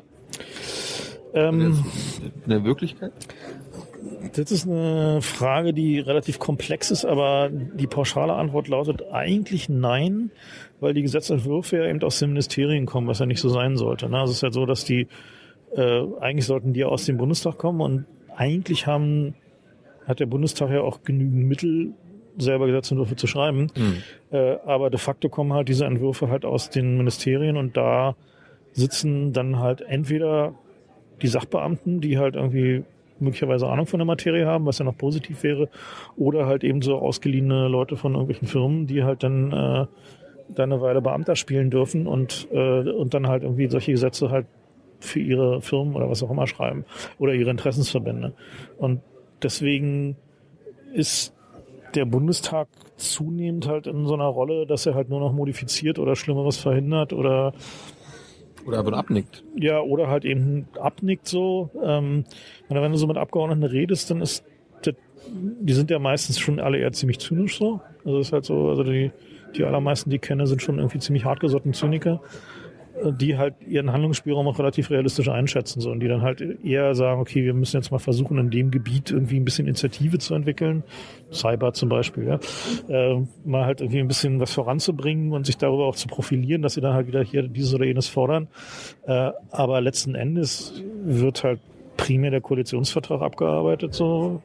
In der Wirklichkeit? Das ist eine Frage, die relativ komplex ist, aber die pauschale Antwort lautet eigentlich nein, weil die Gesetzentwürfe ja eben aus den Ministerien kommen, was ja nicht so sein sollte. Also es ist ja so, dass eigentlich sollten die aus dem Bundestag kommen, und eigentlich hat der Bundestag ja auch genügend Mittel, selber Gesetzentwürfe zu schreiben. Aber de facto kommen halt diese Entwürfe halt aus den Ministerien, und da sitzen dann halt entweder die Sachbeamten, die halt irgendwie möglicherweise Ahnung von der Materie haben, was ja noch positiv wäre, oder halt eben so ausgeliehene Leute von irgendwelchen Firmen, die halt dann eine Weile Beamter spielen dürfen und dann halt irgendwie solche Gesetze halt für ihre Firmen oder was auch immer schreiben oder ihre Interessensverbände. Und deswegen ist der Bundestag zunehmend halt in so einer Rolle, dass er halt nur noch modifiziert oder Schlimmeres verhindert oder einfach abnickt. Ja, oder halt eben abnickt so. Wenn du so mit Abgeordneten redest, dann die sind ja meistens schon alle eher ziemlich zynisch so. Also ist halt so, also die allermeisten, die ich kenne, sind schon irgendwie ziemlich hartgesottene Zyniker, die halt ihren Handlungsspielraum auch relativ realistisch einschätzen so, und die dann halt eher sagen, okay, wir müssen jetzt mal versuchen, in dem Gebiet irgendwie ein bisschen Initiative zu entwickeln, Cyber zum Beispiel, ja, mal halt irgendwie ein bisschen was voranzubringen und sich darüber auch zu profilieren, dass sie dann halt wieder hier dieses oder jenes fordern. Aber letzten Endes wird halt primär der Koalitionsvertrag abgearbeitet so,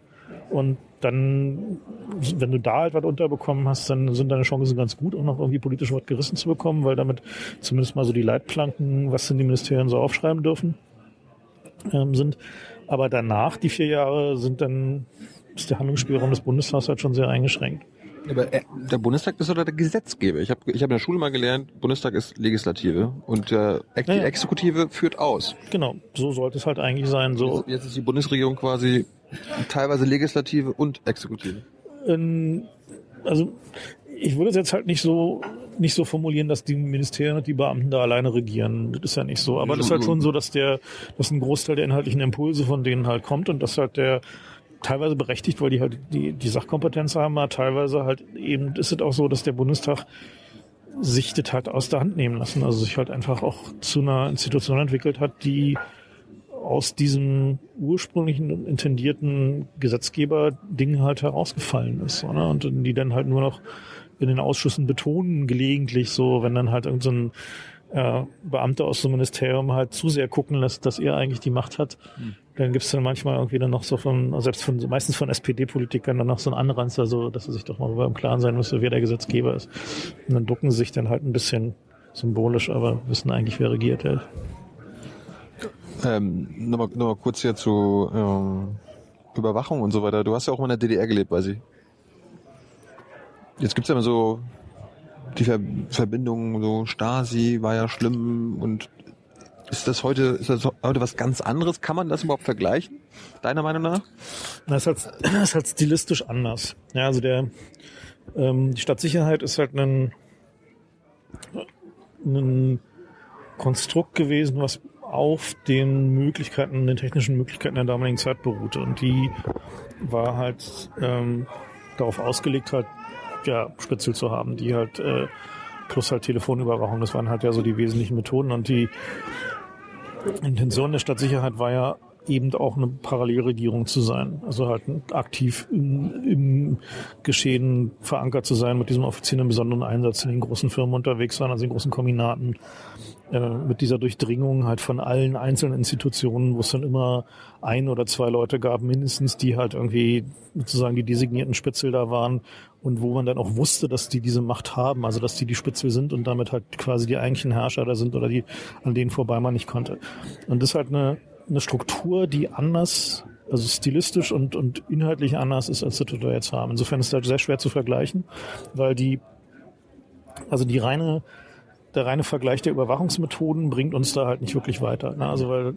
Und dann, wenn du da halt was unterbekommen hast, dann sind deine Chancen ganz gut, auch noch irgendwie politisch was gerissen zu bekommen, weil damit zumindest mal so die Leitplanken, was denn die Ministerien so aufschreiben dürfen, sind. Aber danach, die 4 Jahre, ist der Handlungsspielraum des Bundestags halt schon sehr eingeschränkt. Aber der Bundestag ist oder der Gesetzgeber. Ich hab in der Schule mal gelernt, Bundestag ist Legislative und die Exekutive führt aus. Genau, so sollte es halt eigentlich sein. So. Jetzt ist die Bundesregierung quasi teilweise Legislative und Exekutive. Also ich würde es jetzt halt nicht so formulieren, dass die Ministerien und die Beamten da alleine regieren. Das ist ja nicht so. Aber das ist halt schon so, dass ein Großteil der inhaltlichen Impulse von denen halt kommt und dass halt der teilweise berechtigt, weil die halt die Sachkompetenz haben, aber teilweise halt eben ist es auch so, dass der Bundestag sich das halt aus der Hand nehmen lassen, also sich halt einfach auch zu einer Institution entwickelt hat, die aus diesem ursprünglichen intendierten Gesetzgeber-Ding halt herausgefallen ist, oder? Und die dann halt nur noch in den Ausschüssen betonen, gelegentlich so, wenn dann halt irgend so ein Beamter aus dem Ministerium halt zu sehr gucken lässt, dass er eigentlich die Macht hat. Dann gibt's dann manchmal irgendwie dann noch so meistens von SPD-Politikern dann noch so ein Anranzer, so, dass sie sich doch mal darüber im Klaren sein müssen, wer der Gesetzgeber ist. Und dann ducken sie sich dann halt ein bisschen symbolisch, aber wissen eigentlich, wer regiert hält. Nochmal kurz hier zu Überwachung und so weiter. Du hast ja auch mal in der DDR gelebt, weiß ich. Jetzt gibt's ja immer so die Verbindung, so Stasi war ja schlimm und ist das heute was ganz anderes? Kann man das überhaupt vergleichen, deiner Meinung nach? Das ist halt stilistisch anders. Ja, also die Stadtsicherheit ist halt ein Konstrukt gewesen, was auf den technischen Möglichkeiten der damaligen Zeit beruhte. Und die war halt darauf ausgelegt, halt Spitzel zu haben, die halt plus halt Telefonüberwachung, das waren halt ja so die wesentlichen Methoden. Und die Intention der Stadtsicherheit war ja eben auch eine Parallelregierung zu sein, also halt aktiv im Geschehen verankert zu sein, mit diesem offiziellen besonderen Einsatz in den großen Firmen unterwegs sein, also in den großen Kombinaten, mit dieser Durchdringung halt von allen einzelnen Institutionen, wo es dann immer 1 oder 2 Leute gab, mindestens, die halt irgendwie sozusagen die designierten Spitzel da waren und wo man dann auch wusste, dass die diese Macht haben, also dass die Spitzel sind und damit halt quasi die eigentlichen Herrscher da sind oder die, an denen vorbei man nicht konnte. Und das ist halt eine Struktur, die anders, also stilistisch und inhaltlich anders ist, als das wir jetzt haben. Insofern ist es halt sehr schwer zu vergleichen, weil der reine Vergleich der Überwachungsmethoden bringt uns da halt nicht wirklich weiter. Ne? Also weil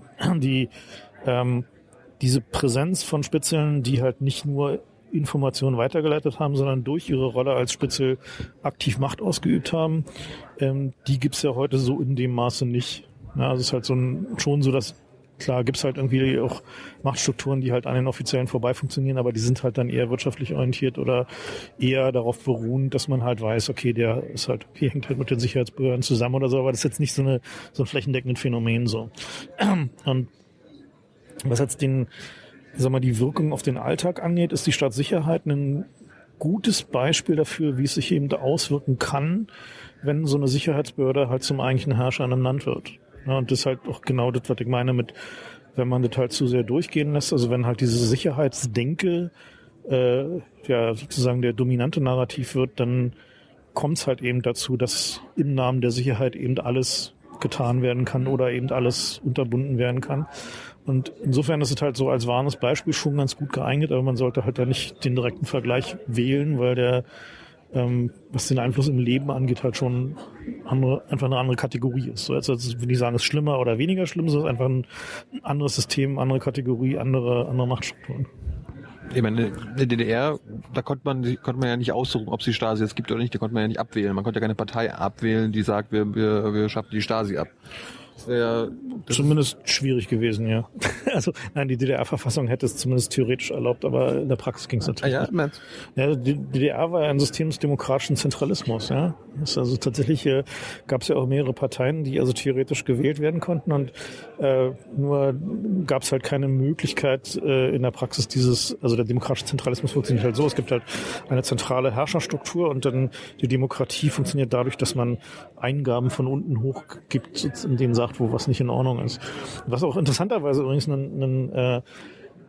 diese Präsenz von Spitzeln, die halt nicht nur Informationen weitergeleitet haben, sondern durch ihre Rolle als Spitzel aktiv Macht ausgeübt haben, die gibt's ja heute so in dem Maße nicht. Ja, also es ist halt schon so, dass klar gibt's halt irgendwie auch Machtstrukturen, die halt an den Offiziellen vorbei funktionieren, aber die sind halt dann eher wirtschaftlich orientiert oder eher darauf beruhend, dass man halt weiß, okay, der ist halt, okay, hängt halt mit den Sicherheitsbehörden zusammen oder so, aber das ist jetzt nicht so ein flächendeckendes Phänomen so. Und was jetzt die Wirkung auf den Alltag angeht, ist die Stadtsicherheit ein gutes Beispiel dafür, wie es sich eben auswirken kann, wenn so eine Sicherheitsbehörde halt zum eigentlichen Herrscher ernannt wird. Ja, und das ist halt auch genau das, was ich meine mit, wenn man das halt zu sehr durchgehen lässt, also wenn halt diese Sicherheitsdenke sozusagen der dominante Narrativ wird, dann kommt es halt eben dazu, dass im Namen der Sicherheit eben alles getan werden kann oder eben alles unterbunden werden kann. Und insofern ist es halt so als wahres Beispiel schon ganz gut geeignet, aber man sollte halt da nicht den direkten Vergleich wählen, weil der was den Einfluss im Leben angeht, halt schon einfach eine andere Kategorie ist. So, jetzt will ich sagen, es ist schlimmer oder weniger schlimm, es ist einfach ein anderes System, andere Kategorie, andere Machtstrukturen. Ich meine, in der DDR, da konnte man ja nicht aussuchen, ob es die Stasi jetzt gibt oder nicht, da konnte man ja nicht abwählen. Man konnte ja keine Partei abwählen, die sagt, wir schaffen die Stasi ab. Das wäre zumindest schwierig gewesen, ja. Also nein, die DDR-Verfassung hätte es zumindest theoretisch erlaubt, aber in der Praxis ging es natürlich nicht. Ja, die DDR war ja ein System des demokratischen Zentralismus, ja. Das ist also tatsächlich gab es ja auch mehrere Parteien, die also theoretisch gewählt werden konnten und nur gab es halt keine Möglichkeit in der Praxis also der demokratische Zentralismus funktioniert halt so, es gibt halt eine zentrale Herrscherstruktur und dann die Demokratie funktioniert dadurch, dass man Eingaben von unten hoch gibt, in denen sagt, wo was nicht in Ordnung ist. Was auch interessanterweise übrigens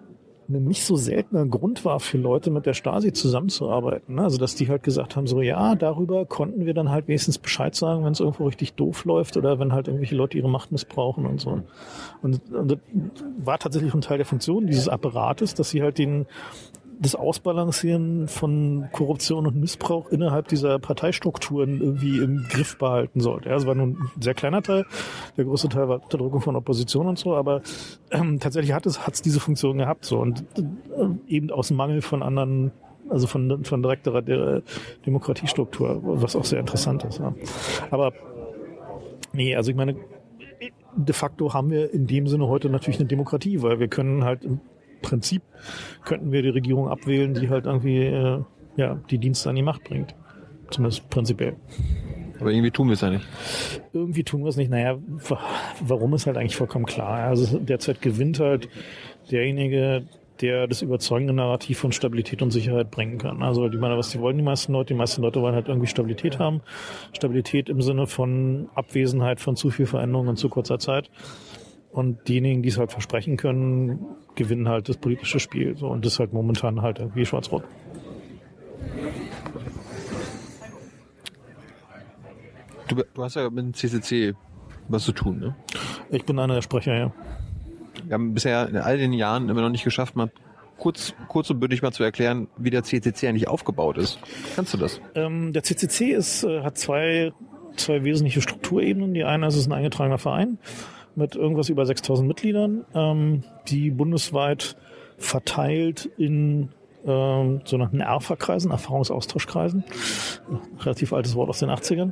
ein nicht so seltener Grund war für Leute mit der Stasi zusammenzuarbeiten. Also dass die halt gesagt haben, so ja, darüber konnten wir dann halt wenigstens Bescheid sagen, wenn es irgendwo richtig doof läuft oder wenn halt irgendwelche Leute ihre Macht missbrauchen und so. Und das war tatsächlich ein Teil der Funktion dieses Apparates, dass sie halt das Ausbalancieren von Korruption und Missbrauch innerhalb dieser Parteistrukturen irgendwie im Griff behalten sollte. Ja, es war nun ein sehr kleiner Teil, der größte Teil war Unterdrückung von Opposition und so, aber tatsächlich hat es diese Funktion gehabt so und eben aus Mangel von anderen, also von direkterer Demokratiestruktur, was auch sehr interessant ist. Ja. Aber nee, also ich meine, de facto haben wir in dem Sinne heute natürlich eine Demokratie, weil wir können halt im Prinzip könnten wir die Regierung abwählen, die halt irgendwie die Dienste an die Macht bringt. Zumindest prinzipiell. Aber irgendwie tun wir es ja nicht. Irgendwie tun wir es nicht. Naja, warum ist halt eigentlich vollkommen klar. Also derzeit gewinnt halt derjenige, der das überzeugende Narrativ von Stabilität und Sicherheit bringen kann. Also ich meine, was wollen die meisten Leute? Die meisten Leute wollen halt irgendwie Stabilität haben. Stabilität im Sinne von Abwesenheit von zu viel Veränderung in zu kurzer Zeit. Und diejenigen, die es halt versprechen können, gewinnen halt das politische Spiel. So, und das ist halt momentan halt irgendwie schwarz-rot. Du hast ja mit dem CCC was zu tun, ne? Ich bin einer der Sprecher, ja. Wir haben bisher in all den Jahren immer noch nicht geschafft, mal kurz und bündig mal zu erklären, wie der CCC eigentlich aufgebaut ist. Kannst du das? Der CCC hat zwei wesentliche Strukturebenen. Die eine ist ein eingetragener Verein mit irgendwas über 6.000 Mitgliedern, die bundesweit verteilt in sogenannten ERFA-Kreisen, Erfahrungsaustauschkreisen, relativ altes Wort aus den 80ern,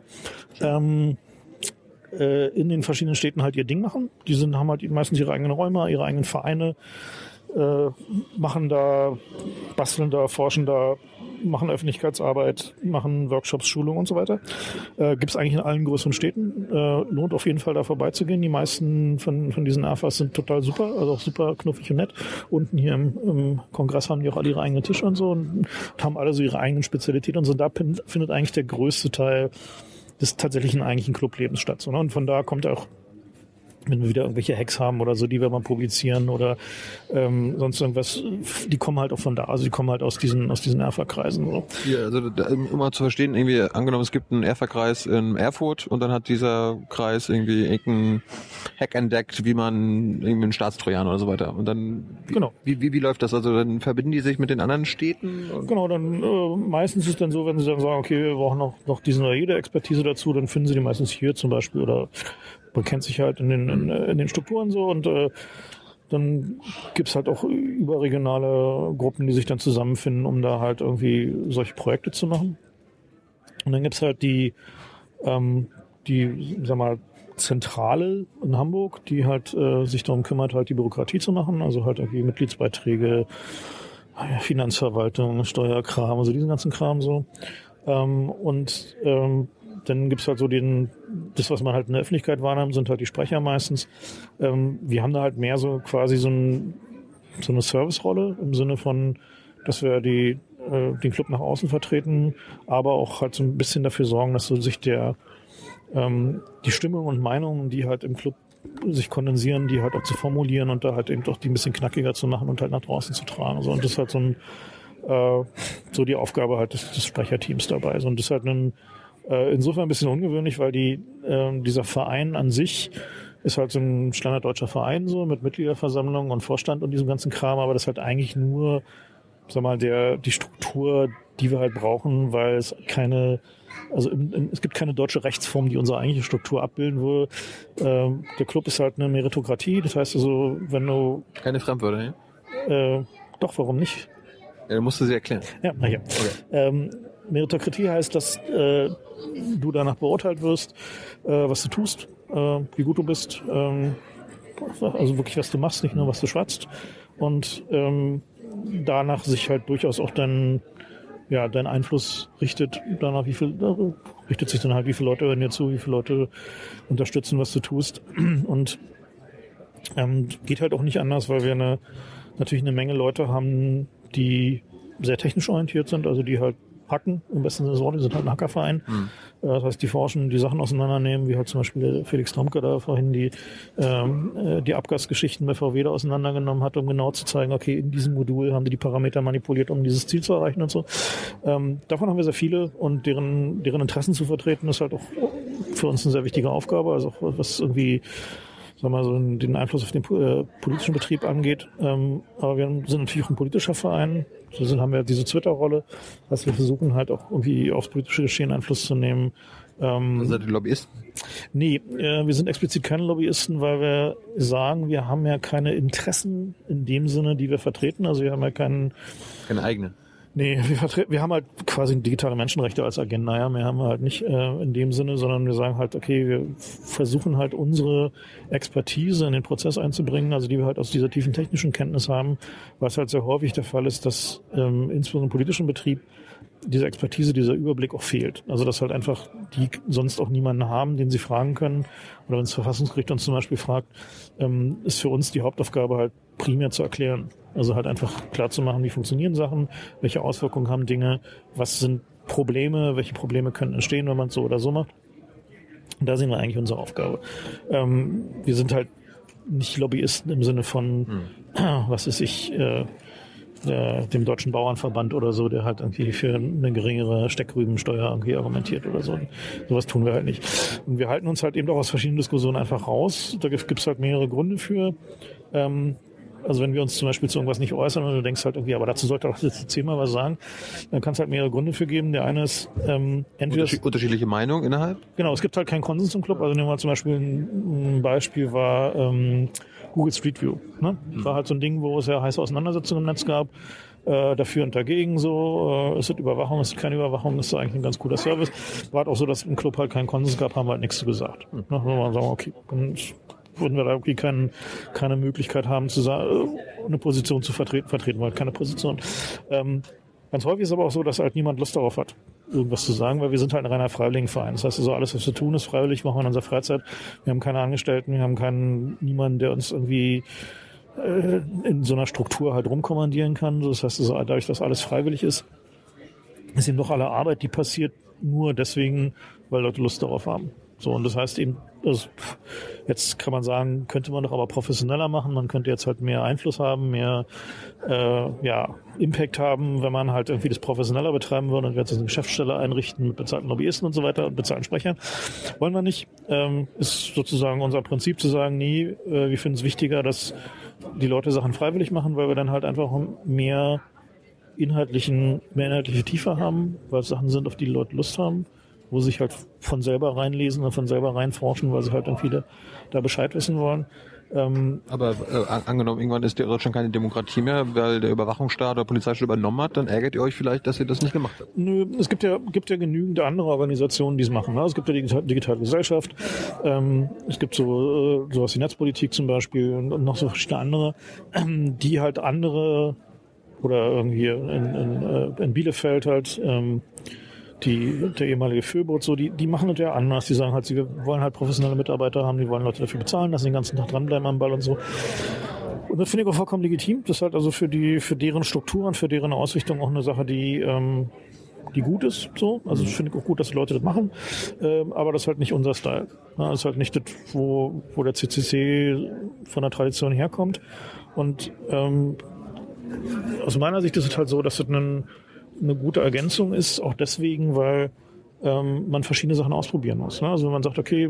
in den verschiedenen Städten halt ihr Ding machen. Die haben halt meistens ihre eigenen Räume, ihre eigenen Vereine, machen da, basteln da, forschen da, machen Öffentlichkeitsarbeit, machen Workshops, Schulungen und so weiter. Gibt's eigentlich in allen größeren Städten. Lohnt auf jeden Fall da vorbeizugehen. Die meisten von diesen AFAs sind total super, also auch super knuffig und nett. Unten hier im Kongress haben die auch alle ihre eigenen Tische und so und haben alle so ihre eigenen Spezialitäten und so. Und da findet eigentlich der größte Teil des tatsächlichen eigentlichen Clublebens statt. So, ne? Und von da kommt auch, wenn wir wieder irgendwelche Hacks haben oder so, die wir mal publizieren oder sonst irgendwas, die kommen halt auch von da, also die kommen halt aus diesen ERFA-Kreisen. So. Ja, also um mal zu verstehen, irgendwie angenommen, es gibt einen ERFA-Kreis in Erfurt und dann hat dieser Kreis irgendwie irgendeinen Hack entdeckt, wie man irgendwie einen Staatstrojaner oder so weiter. Und dann, genau. Wie läuft das? Also dann verbinden die sich mit den anderen Städten? Genau, dann meistens ist es dann so, wenn sie dann sagen, okay, wir brauchen noch diesen oder jede Expertise dazu, dann finden sie die meistens hier zum Beispiel oder man kennt sich halt in den Strukturen so und dann gibt's halt auch überregionale Gruppen, die sich dann zusammenfinden, um da halt irgendwie solche Projekte zu machen. Und dann gibt's halt die sag mal, Zentrale in Hamburg, die halt sich darum kümmert, halt die Bürokratie zu machen, also halt irgendwie Mitgliedsbeiträge, Finanzverwaltung, Steuerkram, also diesen ganzen Kram so. Dann gibt's halt so das, was man halt in der Öffentlichkeit wahrnimmt, sind halt die Sprecher meistens. Wir haben da halt mehr so quasi so eine Servicerolle im Sinne von, dass wir den Club nach außen vertreten, aber auch halt so ein bisschen dafür sorgen, dass so sich die Stimmung und Meinungen, die halt im Club sich kondensieren, die halt auch zu formulieren und da halt eben doch die ein bisschen knackiger zu machen und halt nach draußen zu tragen. Also, und das ist halt so die Aufgabe halt des Sprecherteams dabei. Also, und das ist halt insofern ein bisschen ungewöhnlich, weil dieser Verein an sich ist halt so ein standarddeutscher Verein so mit Mitgliederversammlung und Vorstand und diesem ganzen Kram, aber das ist halt eigentlich nur, sag mal, die Struktur, die wir halt brauchen, weil es es gibt keine deutsche Rechtsform, die unsere eigentliche Struktur abbilden würde. Der Club ist halt eine Meritokratie, das heißt also, wenn du... Keine Fremdwörter, ne? Doch, warum nicht? Ja, du musst sie erklären. Ja, na ja. Okay. Meritokratie heißt, dass du danach beurteilt wirst, was du tust, wie gut du bist, also wirklich, was du machst, nicht nur, was du schwatzt. Und danach sich halt durchaus auch dein Einfluss richtet, danach richtet sich dann halt, wie viele Leute hören dir zu, wie viele Leute unterstützen, was du tust. Und geht halt auch nicht anders, weil wir natürlich eine Menge Leute haben, die sehr technisch orientiert sind, also die halt hacken, im besten Sinne des Wortes, die sind halt ein Hackerverein. Das heißt, die forschen, die Sachen auseinandernehmen, wie halt zum Beispiel Felix Tromke da vorhin die Abgasgeschichten bei VW da auseinandergenommen hat, um genau zu zeigen, okay, in diesem Modul haben die Parameter manipuliert, um dieses Ziel zu erreichen und so. Davon haben wir sehr viele und deren Interessen zu vertreten, ist halt auch für uns eine sehr wichtige Aufgabe, also auch was irgendwie, sagen wir mal, so den Einfluss auf den politischen Betrieb angeht. Aber wir sind natürlich auch ein politischer Verein. So haben wir diese Twitter-Rolle, dass wir versuchen halt auch irgendwie aufs politische Geschehen Einfluss zu nehmen. Seid ihr Lobbyisten? Nee, wir sind explizit keine Lobbyisten, weil wir sagen, wir haben ja keine Interessen in dem Sinne, die wir vertreten. Also wir haben ja keine eigene. Nee, wir haben halt quasi digitale Menschenrechte als Agenda, ja. Wir haben halt nicht in dem Sinne, sondern wir sagen halt, okay, wir versuchen halt unsere Expertise in den Prozess einzubringen, also die wir halt aus dieser tiefen technischen Kenntnis haben, was halt sehr häufig der Fall ist, dass insbesondere im politischen Betrieb diese Expertise, dieser Überblick auch fehlt. Also dass halt einfach die sonst auch niemanden haben, den sie fragen können. Oder wenn das Verfassungsgericht uns zum Beispiel fragt, ist für uns die Hauptaufgabe halt primär zu erklären. Also halt einfach klar zu machen, wie funktionieren Sachen, welche Auswirkungen haben Dinge, was sind Probleme, welche Probleme können entstehen, wenn man es so oder so macht. Und da sehen wir eigentlich unsere Aufgabe. Wir sind halt nicht Lobbyisten im Sinne von, was weiß ich, dem Deutschen Bauernverband oder so, der halt irgendwie für eine geringere Steckrübensteuer irgendwie argumentiert oder so. Sowas tun wir halt nicht. Und wir halten uns halt eben auch aus verschiedenen Diskussionen einfach raus. Da gibt's halt mehrere Gründe für. Also wenn wir uns zum Beispiel zu irgendwas nicht äußern und du denkst halt irgendwie, aber dazu sollte auch das CC mal was sagen, dann kann es halt mehrere Gründe für geben. Der eine ist entweder... Unterschiedliche Meinungen innerhalb? Genau, es gibt halt keinen Konsens im Club. Also nehmen wir mal zum Beispiel ein Beispiel war Google Street View. Ne? War halt so ein Ding, wo es ja heiße Auseinandersetzungen im Netz gab. Dafür und dagegen so. Ist es Überwachung, ist es keine Überwachung, ist es eigentlich ein ganz cooler Service. War halt auch so, dass im Club halt keinen Konsens gab, haben wir halt nichts zu gesagt. Ne? Wenn wir sagen, okay, dann würden wir da irgendwie keine Möglichkeit haben, zu sagen, eine Position zu vertreten wir halt keine Position. Ganz häufig ist aber auch so, dass halt niemand Lust darauf hat, irgendwas zu sagen, weil wir sind halt ein reiner Freiwilligenverein. Das heißt also, alles, was wir tun, ist freiwillig, machen wir in unserer Freizeit. Wir haben keine Angestellten, wir haben niemanden, der uns irgendwie in so einer Struktur halt rumkommandieren kann. Das heißt also, dadurch, dass alles freiwillig ist eben doch alle Arbeit, die passiert, nur deswegen, weil Leute Lust darauf haben. So, und das heißt eben, also jetzt kann man sagen, könnte man doch aber professioneller machen, man könnte jetzt halt mehr Einfluss haben, mehr Impact haben, wenn man halt irgendwie das professioneller betreiben würde und wir jetzt eine Geschäftsstelle einrichten mit bezahlten Lobbyisten und so weiter und bezahlten Sprechern. Wollen wir nicht. Ist sozusagen unser Prinzip zu sagen, nee, wir finden es wichtiger, dass die Leute Sachen freiwillig machen, weil wir dann halt einfach mehr inhaltliche Tiefe haben, weil es Sachen sind, auf die Leute Lust haben, wo sie sich halt von selber reinlesen und von selber reinforschen, weil sie halt irgendwie da Bescheid wissen wollen. Aber angenommen, irgendwann ist Deutschland keine Demokratie mehr, weil der Überwachungsstaat oder Polizeistaat übernommen hat, dann ärgert ihr euch vielleicht, dass ihr das nicht gemacht habt? Nö, es gibt ja genügend andere Organisationen, die es machen. Es gibt ja die digitale Gesellschaft, es gibt sowas wie Netzpolitik zum Beispiel und noch so verschiedene andere, die halt andere oder irgendwie in Bielefeld halt der ehemalige Föbot, so, die machen das ja anders. Die sagen halt, sie wollen halt professionelle Mitarbeiter haben, die wollen Leute dafür bezahlen, dass sie den ganzen Tag dranbleiben am Ball und so. Und das finde ich auch vollkommen legitim. Das ist halt also für deren Strukturen, für deren Ausrichtung auch eine Sache, die gut ist, so. Also ich finde auch gut, dass die Leute das machen. Aber das ist halt nicht unser Style. Das ist halt nicht das, wo der CCC von der Tradition herkommt. Und aus meiner Sicht ist es halt so, dass das eine gute Ergänzung ist, auch deswegen, weil man verschiedene Sachen ausprobieren muss. Ne? Also wenn man sagt, okay,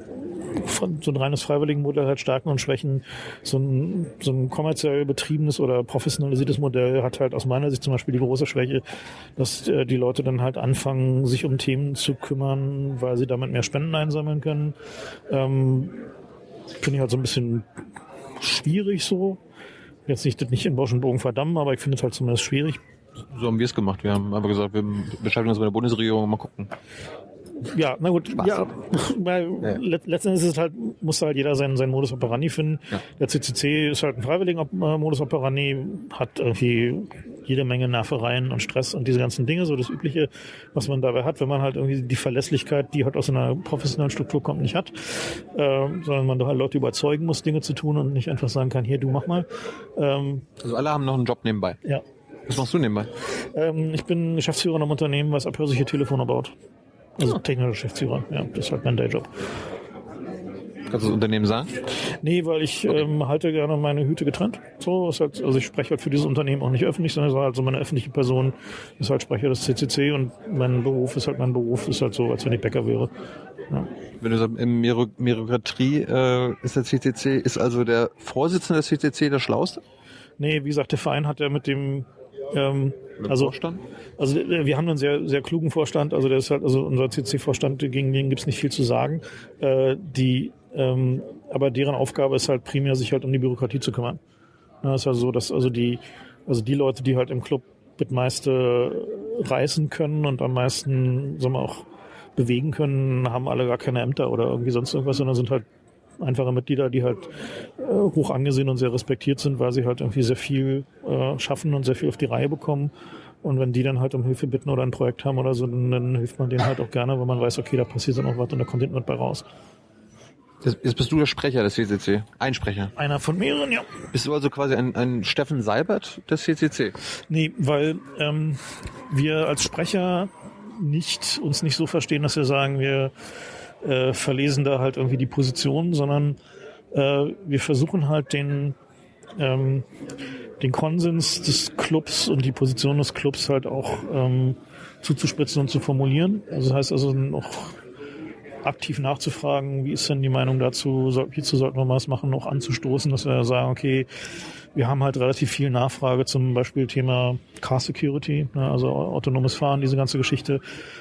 so ein reines Freiwilligenmodell hat Stärken und Schwächen, so ein kommerziell betriebenes oder professionalisiertes Modell hat halt aus meiner Sicht zum Beispiel die große Schwäche, dass die Leute dann halt anfangen, sich um Themen zu kümmern, weil sie damit mehr Spenden einsammeln können. Finde ich halt so ein bisschen schwierig so. Jetzt nicht in Bausch und Bogen verdammen, aber ich finde es halt zumindest schwierig. So haben wir es gemacht. Wir haben einfach gesagt, wir beschäftigen uns mit der Bundesregierung, mal gucken. Ja, na gut. Ja, weil letztendlich ist es halt, muss halt jeder seinen Modus operandi finden. Ja. Der CCC ist halt ein freiwilliger Modus operandi, hat irgendwie jede Menge Nervereien und Stress und diese ganzen Dinge, so das Übliche, was man dabei hat, wenn man halt irgendwie die Verlässlichkeit, die halt aus einer professionellen Struktur kommt, nicht hat, sondern man da halt Leute überzeugen muss, Dinge zu tun und nicht einfach sagen kann, hier, du mach mal. Also alle haben noch einen Job nebenbei. Ja. Was machst du nebenbei? Ich bin Geschäftsführer in einem Unternehmen, was abhörsliche Telefone baut. Also technischer Geschäftsführer, ja, das ist halt mein Dayjob. Kannst du das Unternehmen sagen? Nee, weil ich halte gerne meine Hüte getrennt. So ist halt, also ich spreche halt für dieses Unternehmen auch nicht öffentlich, sondern es ist halt so meine öffentliche Person, ist halt Sprecher des CCC und mein Beruf ist halt so, als wenn ich Bäcker wäre. Ja. Wenn du sagst, im Merokratrie ist der CCC, ist also der Vorsitzende des CCC der Schlauste? Nee, wie gesagt, der Verein hat ja mit dem Vorstand? Also wir haben einen sehr, sehr klugen Vorstand, also der ist halt, also unser CCC-Vorstand, gegen den gibt's nicht viel zu sagen. Aber deren Aufgabe ist halt primär, sich halt um die Bürokratie zu kümmern. Ja, ist also so, dass die Leute, die halt im Club mit meiste reißen können und am meisten, sagen wir auch, bewegen können, haben alle gar keine Ämter oder irgendwie sonst irgendwas, sondern sind halt einfache Mitglieder, die halt hoch angesehen und sehr respektiert sind, weil sie halt irgendwie sehr viel schaffen und sehr viel auf die Reihe bekommen. Und wenn die dann halt um Hilfe bitten oder ein Projekt haben oder so, dann hilft man denen halt auch gerne, weil man weiß, okay, da passiert dann auch was und da kommt hinten was bei raus. Jetzt bist du der Sprecher des CCC. Ein Sprecher. Einer von mehreren, ja. Bist du also quasi ein Steffen Seibert des CCC? Nee, weil wir als Sprecher uns nicht so verstehen, dass wir sagen, wir verlesen da halt irgendwie die Position, sondern wir versuchen halt den Konsens des Clubs und die Position des Clubs halt auch zuzuspitzen und zu formulieren. Also das heißt also noch aktiv nachzufragen, wie ist denn die Meinung dazu, hierzu sollten wir mal was machen, auch anzustoßen, dass wir sagen, okay, wir haben halt relativ viel Nachfrage, zum Beispiel Thema Car Security, ne, also autonomes Fahren, diese ganze Geschichte,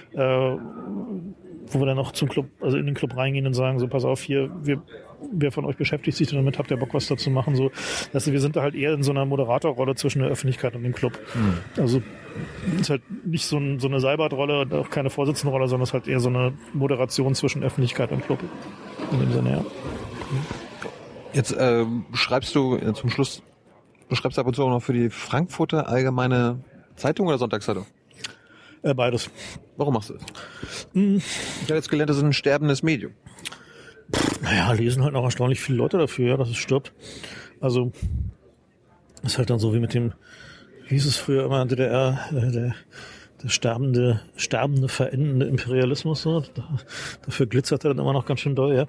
wo wir dann auch zum Club, also in den Club reingehen und sagen, so pass auf, hier, wer von euch beschäftigt sich damit, habt ihr Bock, was dazu machen, so. Also wir sind da halt eher in so einer Moderatorrolle zwischen der Öffentlichkeit und dem Club. Also ist halt nicht so eine Seibert-Rolle und auch keine Vorsitzendenrolle, sondern es ist halt eher so eine Moderation zwischen Öffentlichkeit und Club. In dem Sinne, ja. Jetzt schreibst du zum Schluss, du schreibst ab und zu auch noch für die Frankfurter Allgemeine Zeitung oder Sonntagszeitung? Beides. Warum machst du das? Ich habe jetzt gelernt, das ist ein sterbendes Medium. Naja, lesen halt noch erstaunlich viele Leute dafür, ja, dass es stirbt. Also ist halt dann so wie mit dem, wie hieß es früher immer in der DDR, der sterbende, verendende Imperialismus. So. Dafür glitzert er dann immer noch ganz schön doll,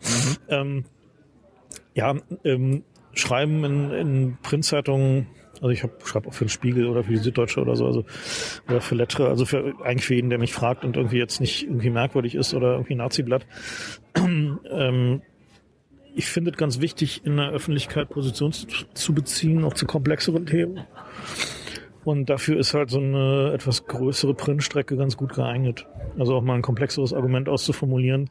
ja. Schreiben in Printzeitungen, also ich schreibe auch für den Spiegel oder für die Süddeutsche oder so, also oder für Lettre, also eigentlich für jeden, der mich fragt und irgendwie jetzt nicht irgendwie merkwürdig ist oder irgendwie Nazi-Blatt. Ich finde es ganz wichtig, in der Öffentlichkeit Position zu beziehen, auch zu komplexeren Themen. Und dafür ist halt so eine etwas größere Printstrecke ganz gut geeignet. Also auch mal ein komplexeres Argument auszuformulieren,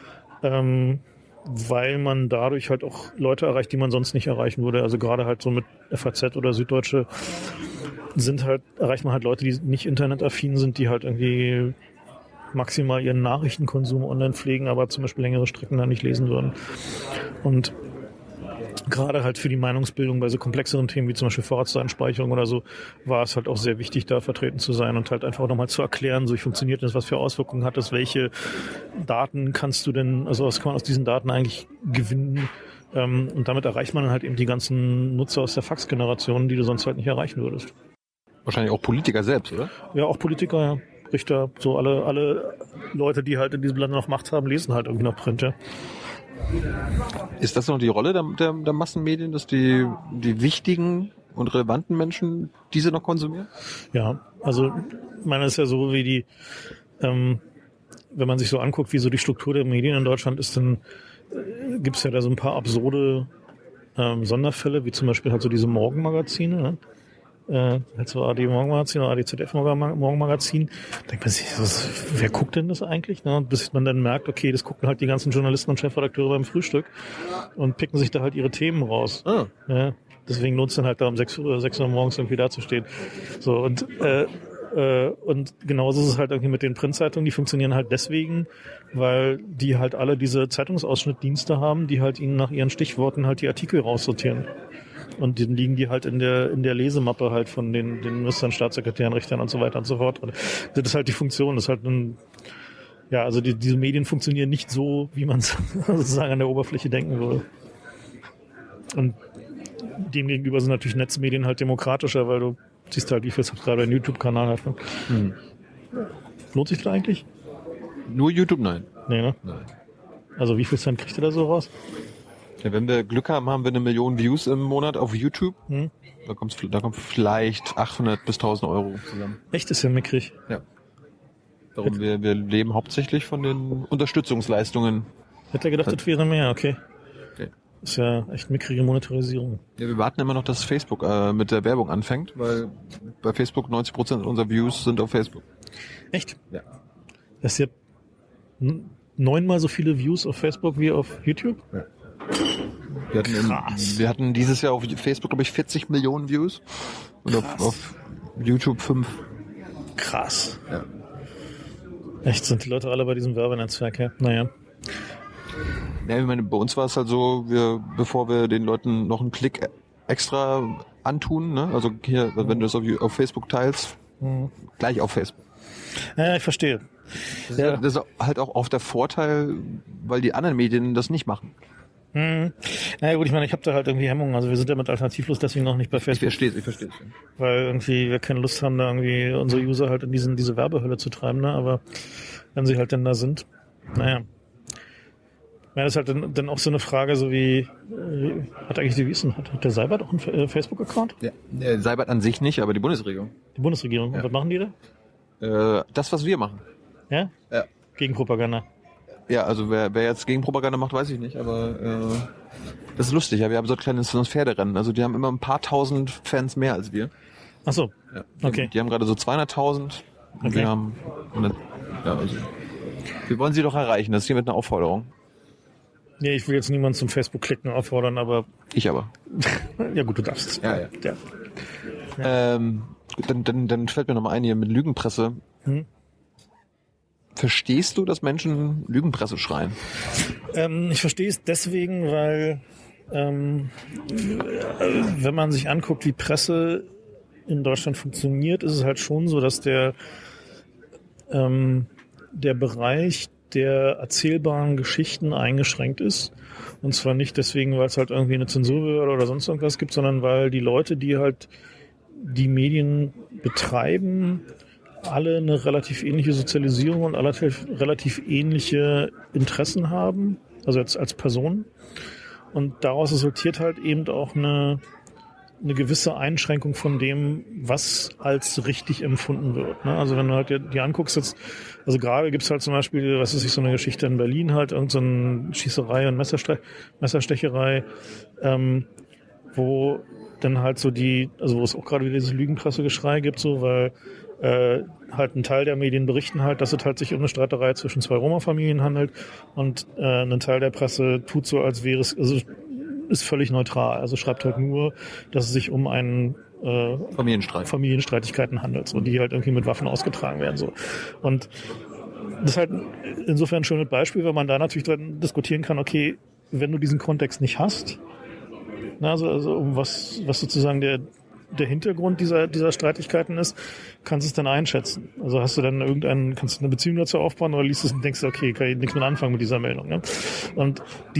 weil man dadurch halt auch Leute erreicht, die man sonst nicht erreichen würde. Also gerade halt so mit FAZ oder Süddeutsche erreicht man halt Leute, die nicht internetaffin sind, die halt irgendwie maximal ihren Nachrichtenkonsum online pflegen, aber zum Beispiel längere Strecken da nicht lesen würden. Und gerade halt für die Meinungsbildung bei so komplexeren Themen wie zum Beispiel Vorratsdatenspeicherung oder so, war es halt auch sehr wichtig, da vertreten zu sein und halt einfach nochmal zu erklären, so wie funktioniert das, was für Auswirkungen hat das, welche Daten kannst du denn, also was kann man aus diesen Daten eigentlich gewinnen, und damit erreicht man dann halt eben die ganzen Nutzer aus der Faxgeneration, die du sonst halt nicht erreichen würdest. Wahrscheinlich auch Politiker selbst, oder? Ja, auch Politiker, ja. Richter, so alle Leute, die halt in diesem Land noch Macht haben, lesen halt irgendwie noch Print, ja. Ist das noch die Rolle der Massenmedien, dass die wichtigen und relevanten Menschen diese noch konsumieren? Ja, also ich meine, es ist ja so wie wenn man sich so anguckt, wie so die Struktur der Medien in Deutschland ist, dann gibt es ja da so ein paar absurde Sonderfälle, wie zum Beispiel halt so diese Morgenmagazine, ne? Halt so AD Morgenmagazin oder ADZF Morgenmagazin, denkt man sich, wer guckt denn das eigentlich? Ne? Bis man dann merkt, okay, das gucken halt die ganzen Journalisten und Chefredakteure beim Frühstück und picken sich da halt ihre Themen raus. Ah. Ja? Deswegen lohnt es dann halt da um 6 Uhr morgens irgendwie dazustehen. So, und genauso ist es halt irgendwie mit den Printzeitungen, die funktionieren halt deswegen, weil die halt alle diese Zeitungsausschnittdienste haben, die halt ihnen nach ihren Stichworten halt die Artikel raussortieren. Und dann liegen die halt in der Lesemappe halt von den Ministern, Staatssekretären, Richtern und so weiter und so fort. Und das ist halt die Funktion. Das ist halt also diese Medien funktionieren nicht so, wie man es sozusagen an der Oberfläche denken würde. Und demgegenüber sind natürlich Netzmedien halt demokratischer, weil du siehst halt, wie viel Subscriber ein YouTube-Kanal hat. Ne? Lohnt sich das eigentlich? Nur YouTube? Nein. Nee, ne? Nein. Also wie viel Cent kriegt ihr da so raus? Ja, wenn wir Glück haben, haben wir 1 Million Views im Monat auf YouTube. Da kommt vielleicht 800 bis 1.000 Euro zusammen. Echt, ist ja mickrig. Ja. Darum, wir leben hauptsächlich von den Unterstützungsleistungen. Hätte er gedacht, das wäre mehr, okay. Ist ja echt mickrige Monetarisierung. Ja, wir warten immer noch, dass Facebook mit der Werbung anfängt, weil bei Facebook 90% unserer Views sind auf Facebook. Echt? Ja. Das ist ja 9-mal so viele Views auf Facebook wie auf YouTube? Ja. Wir hatten dieses Jahr auf Facebook, glaube ich, 40 Millionen Views. Und auf YouTube 5. Krass. Ja. Echt, sind die Leute alle bei diesem Werbenetzwerk, ja? Naja. Ja, ich meine, bei uns war es halt so, bevor wir den Leuten noch einen Klick extra antun, ne? Also hier, wenn du das auf Facebook teilst, gleich auf Facebook. Ja, ich verstehe. Das ist halt auch oft der Vorteil, weil die anderen Medien das nicht machen. Naja gut, ich meine, ich habe da halt irgendwie Hemmungen. Also wir sind ja mit Alternativlos deswegen noch nicht bei Facebook. Ich verstehe. Weil irgendwie wir keine Lust haben, da irgendwie unsere User halt in diese Werbehölle zu treiben, ne? Aber wenn sie halt denn da sind, naja. Ja, das ist halt dann auch so eine Frage, so wie, hat eigentlich die Wiesen, hat der Seibert auch einen Facebook-Account? Ja, der Seibert an sich nicht, aber die Bundesregierung. Die Bundesregierung. Ja. Und was machen die da? Das, was wir machen. Ja? Ja. Gegenpropaganda. Ja, also wer jetzt Gegenpropaganda macht, weiß ich nicht, aber das ist lustig, ja, wir haben so ein kleines Pferderennen, also die haben immer ein paar tausend Fans mehr als wir. Ach so, ja, okay. Die haben gerade so 200.000 und okay. Wir haben, also wir wollen sie doch erreichen, das ist hiermit eine Aufforderung. Nee, ich will jetzt niemanden zum Facebook-Klicken auffordern, aber... Ich aber. Ja gut, du darfst. Ja. Dann fällt mir nochmal ein hier mit Lügenpresse. Verstehst du, dass Menschen Lügenpresse schreien? Ich verstehe es deswegen, weil wenn man sich anguckt, wie Presse in Deutschland funktioniert, ist es halt schon so, dass der Bereich der erzählbaren Geschichten eingeschränkt ist. Und zwar nicht deswegen, weil es halt irgendwie eine Zensurbehörde oder sonst irgendwas gibt, sondern weil die Leute, die halt die Medien betreiben, alle eine relativ ähnliche Sozialisierung und relativ ähnliche Interessen haben, also jetzt als Personen. Und daraus resultiert halt eben auch eine gewisse Einschränkung von dem, was als richtig empfunden wird. Ne? Also wenn du halt dir anguckst jetzt, also gerade gibt's halt zum Beispiel, was ist so eine Geschichte in Berlin halt, irgend so eine Schießerei und Messerstecherei, wo dann halt so wo es auch gerade wieder dieses Lügenpressegeschrei gibt, so, weil halt ein Teil der Medien berichten halt, dass es halt sich um eine Streiterei zwischen 2 Roma-Familien handelt und ein Teil der Presse tut so, als wäre es, also ist völlig neutral, also schreibt halt nur, dass es sich um einen Familienstreitigkeiten handelt, so, die halt irgendwie mit Waffen ausgetragen werden, so. Und das ist halt insofern ein schönes Beispiel, weil man da natürlich dran diskutieren kann, okay, wenn du diesen Kontext nicht hast, also um was sozusagen der Hintergrund dieser Streitigkeiten ist, kannst du es dann einschätzen. Also kannst du eine Beziehung dazu aufbauen oder liest es und denkst, okay, kann ich nichts mehr anfangen mit dieser Meldung. Ne? Und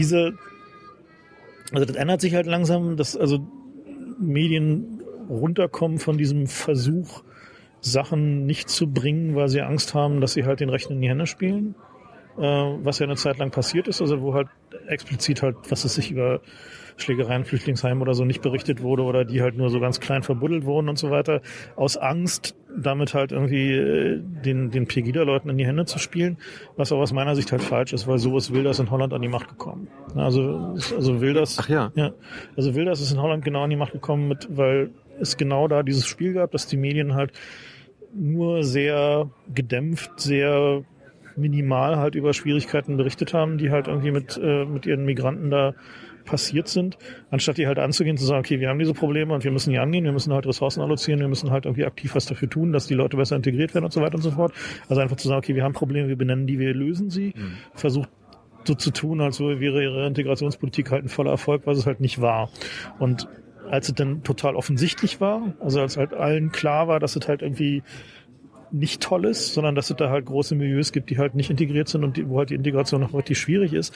also das ändert sich halt langsam, dass also Medien runterkommen von diesem Versuch, Sachen nicht zu bringen, weil sie Angst haben, dass sie halt den Rechten in die Hände spielen. Was ja eine Zeit lang passiert ist, also wo halt explizit halt, was es sich über Schlägereien, Flüchtlingsheim oder so nicht berichtet wurde oder die halt nur so ganz klein verbuddelt wurden und so weiter, aus Angst, damit halt irgendwie den Pegida-Leuten in die Hände zu spielen, was auch aus meiner Sicht halt falsch ist, weil so ist Wilders in Holland an die Macht gekommen. Also Wilders, also Wilders ist in Holland genau an die Macht gekommen, weil es genau da dieses Spiel gab, dass die Medien halt nur sehr gedämpft, sehr minimal halt über Schwierigkeiten berichtet haben, die halt irgendwie mit ihren Migranten da passiert sind, anstatt die halt anzugehen, zu sagen, okay, wir haben diese Probleme und wir müssen die angehen, wir müssen halt Ressourcen allozieren, wir müssen halt irgendwie aktiv was dafür tun, dass die Leute besser integriert werden und so weiter und so fort. Also einfach zu sagen, okay, wir haben Probleme, wir benennen die, wir lösen sie, versucht so zu tun, als wäre ihre Integrationspolitik halt ein voller Erfolg, was es halt nicht war. Und als es dann total offensichtlich war, also als halt allen klar war, dass es halt irgendwie nicht toll ist, sondern dass es da halt große Milieus gibt, die halt nicht integriert sind und wo halt die Integration noch richtig schwierig ist,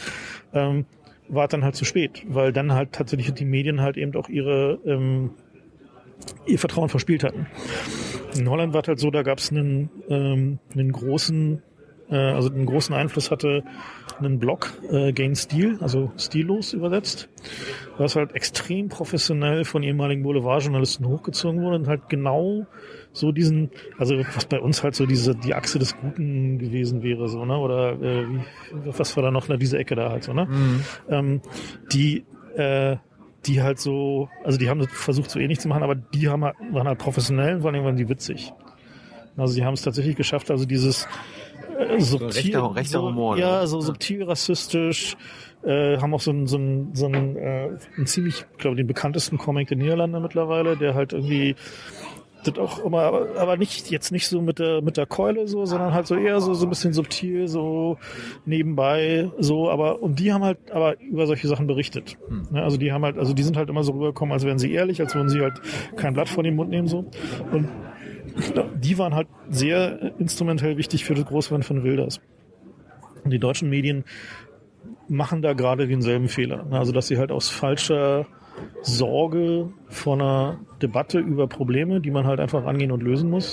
war dann halt zu spät, weil dann halt tatsächlich die Medien halt eben auch ihre ihr Vertrauen verspielt hatten. In Holland war es halt so, da gab es einen großen Einfluss hatte einen Blog, Gain Stil, also stillos übersetzt, was halt extrem professionell von ehemaligen Boulevardjournalisten hochgezogen wurde und halt genau so diesen, also was bei uns halt so die Achse des Guten gewesen wäre, so, ne, oder was war da noch, diese Ecke da halt so, ne, die halt so, also die haben versucht so ähnlich zu machen, aber die waren halt professionell und vor allem waren die witzig. Also die haben es tatsächlich geschafft, also dieses subtil, rechter Humor. Ja, so subtil rassistisch, haben auch so einen ziemlich, ich glaube, den bekanntesten Comic der Niederlande mittlerweile, der halt irgendwie das auch immer, aber nicht so mit der Keule so, sondern halt so eher so ein bisschen subtil, so nebenbei, so, und die haben halt aber über solche Sachen berichtet. Ja, also die sind halt immer so rübergekommen, als wären sie ehrlich, als würden sie halt kein Blatt vor den Mund nehmen, so. Und die waren halt sehr instrumentell wichtig für das Großwerden von Wilders. Und die deutschen Medien machen da gerade denselben Fehler. Also, dass sie halt aus falscher Sorge vor einer Debatte über Probleme, die man halt einfach angehen und lösen muss,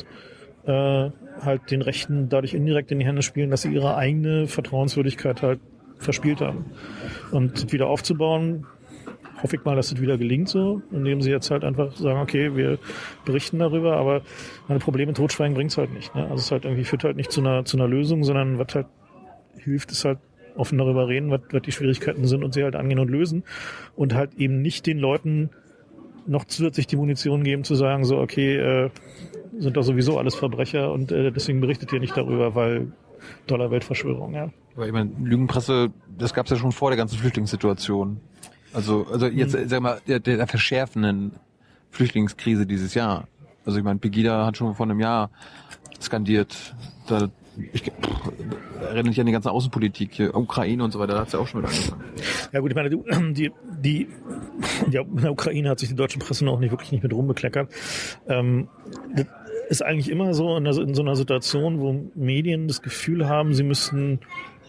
halt den Rechten dadurch indirekt in die Hände spielen, dass sie ihre eigene Vertrauenswürdigkeit halt verspielt haben. Und wieder aufzubauen, hoffe ich mal, dass es wieder gelingt so, indem sie jetzt halt einfach sagen, okay, wir berichten darüber, aber meine Probleme totschweigen bringt's halt nicht. Ne? Also es halt irgendwie führt halt nicht zu einer Lösung, sondern was halt hilft, ist halt offen darüber reden, was die Schwierigkeiten sind und sie halt angehen und lösen und halt eben nicht den Leuten noch zusätzlich die Munition geben, zu sagen, so, okay, sind doch sowieso alles Verbrecher und deswegen berichtet ihr nicht darüber, weil doller Weltverschwörung, ja. Aber ich meine, Lügenpresse, das gab's ja schon vor der ganzen Flüchtlingssituation. Also jetzt, sag mal, der verschärfenden Flüchtlingskrise dieses Jahr. Also ich meine, Pegida hat schon vor einem Jahr skandiert, ich erinnere mich an die ganze Außenpolitik hier, Ukraine und so weiter, da hat es ja auch schon mit angefangen. Ja gut, ich meine, in der Ukraine hat sich die deutsche Presse auch wirklich nicht mit rumbekleckert. Das ist eigentlich immer so in so einer Situation, wo Medien das Gefühl haben, sie müssten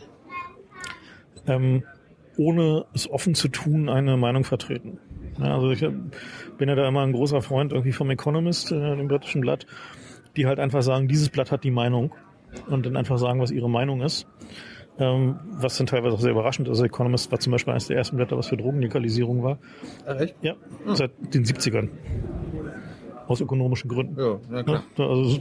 ohne es offen zu tun, eine Meinung vertreten. Ja, also ich bin ja da immer ein großer Freund irgendwie vom Economist, dem britischen Blatt, die halt einfach sagen, dieses Blatt hat die Meinung und dann einfach sagen, was ihre Meinung ist. Was dann teilweise auch sehr überraschend ist. Also Economist war zum Beispiel eines der ersten Blätter, was für Drogenlegalisierung war. Ach, echt? Ja, seit den 70ern. Aus ökonomischen Gründen. Ja, klar. Ja, also,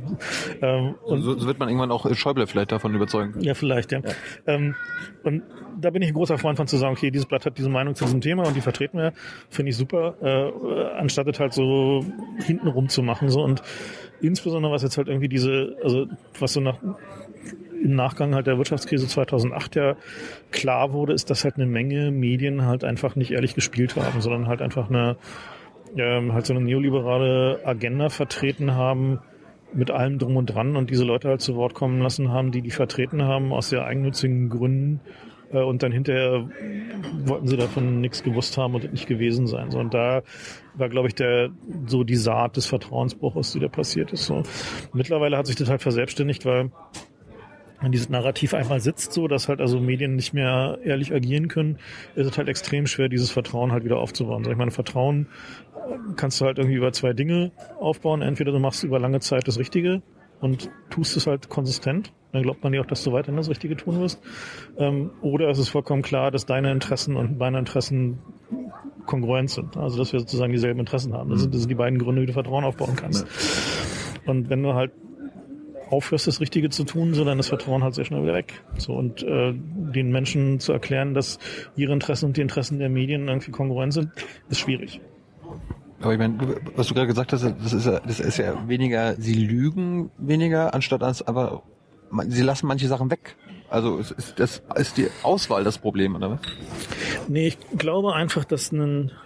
und so wird man irgendwann auch Schäuble vielleicht davon überzeugen. Ja, vielleicht, ja. Und da bin ich ein großer Freund von zu sagen, okay, dieses Blatt hat diese Meinung zu diesem Thema und die vertreten wir, finde ich super, anstatt es halt so hintenrum zu machen. So. Und insbesondere was jetzt halt irgendwie was so im Nachgang halt der Wirtschaftskrise 2008 ja klar wurde, ist, dass halt eine Menge Medien halt einfach nicht ehrlich gespielt haben, sondern halt einfach halt so eine neoliberale Agenda vertreten haben mit allem drum und dran und diese Leute halt zu Wort kommen lassen haben, die die vertreten haben aus sehr eigennützigen Gründen und dann hinterher wollten sie davon nichts gewusst haben und nicht gewesen sein. So, und da war, glaube ich, die Saat des Vertrauensbruches, die da passiert ist. So. Mittlerweile hat sich das halt verselbstständigt, weil wenn dieses Narrativ einmal sitzt, so dass halt also Medien nicht mehr ehrlich agieren können, ist es halt extrem schwer, dieses Vertrauen halt wieder aufzubauen. Ich meine, Vertrauen kannst du halt irgendwie über zwei Dinge aufbauen. Entweder du machst über lange Zeit das Richtige und tust es halt konsistent. Dann glaubt man dir auch, dass du weiterhin das Richtige tun wirst. Oder es ist vollkommen klar, dass deine Interessen und meine Interessen kongruent sind. Also dass wir sozusagen dieselben Interessen haben. Das sind die beiden Gründe, wie du Vertrauen aufbauen kannst. Und wenn du halt aufhörst, das Richtige zu tun, so dann ist Vertrauen halt sehr schnell wieder weg. So, und den Menschen zu erklären, dass ihre Interessen und die Interessen der Medien irgendwie kongruent sind, ist schwierig. Aber ich meine, was du gerade gesagt hast, das ist ja weniger, sie lügen weniger, aber sie lassen manche Sachen weg. Also ist die Auswahl das Problem, oder was? Nee, ich glaube einfach, dass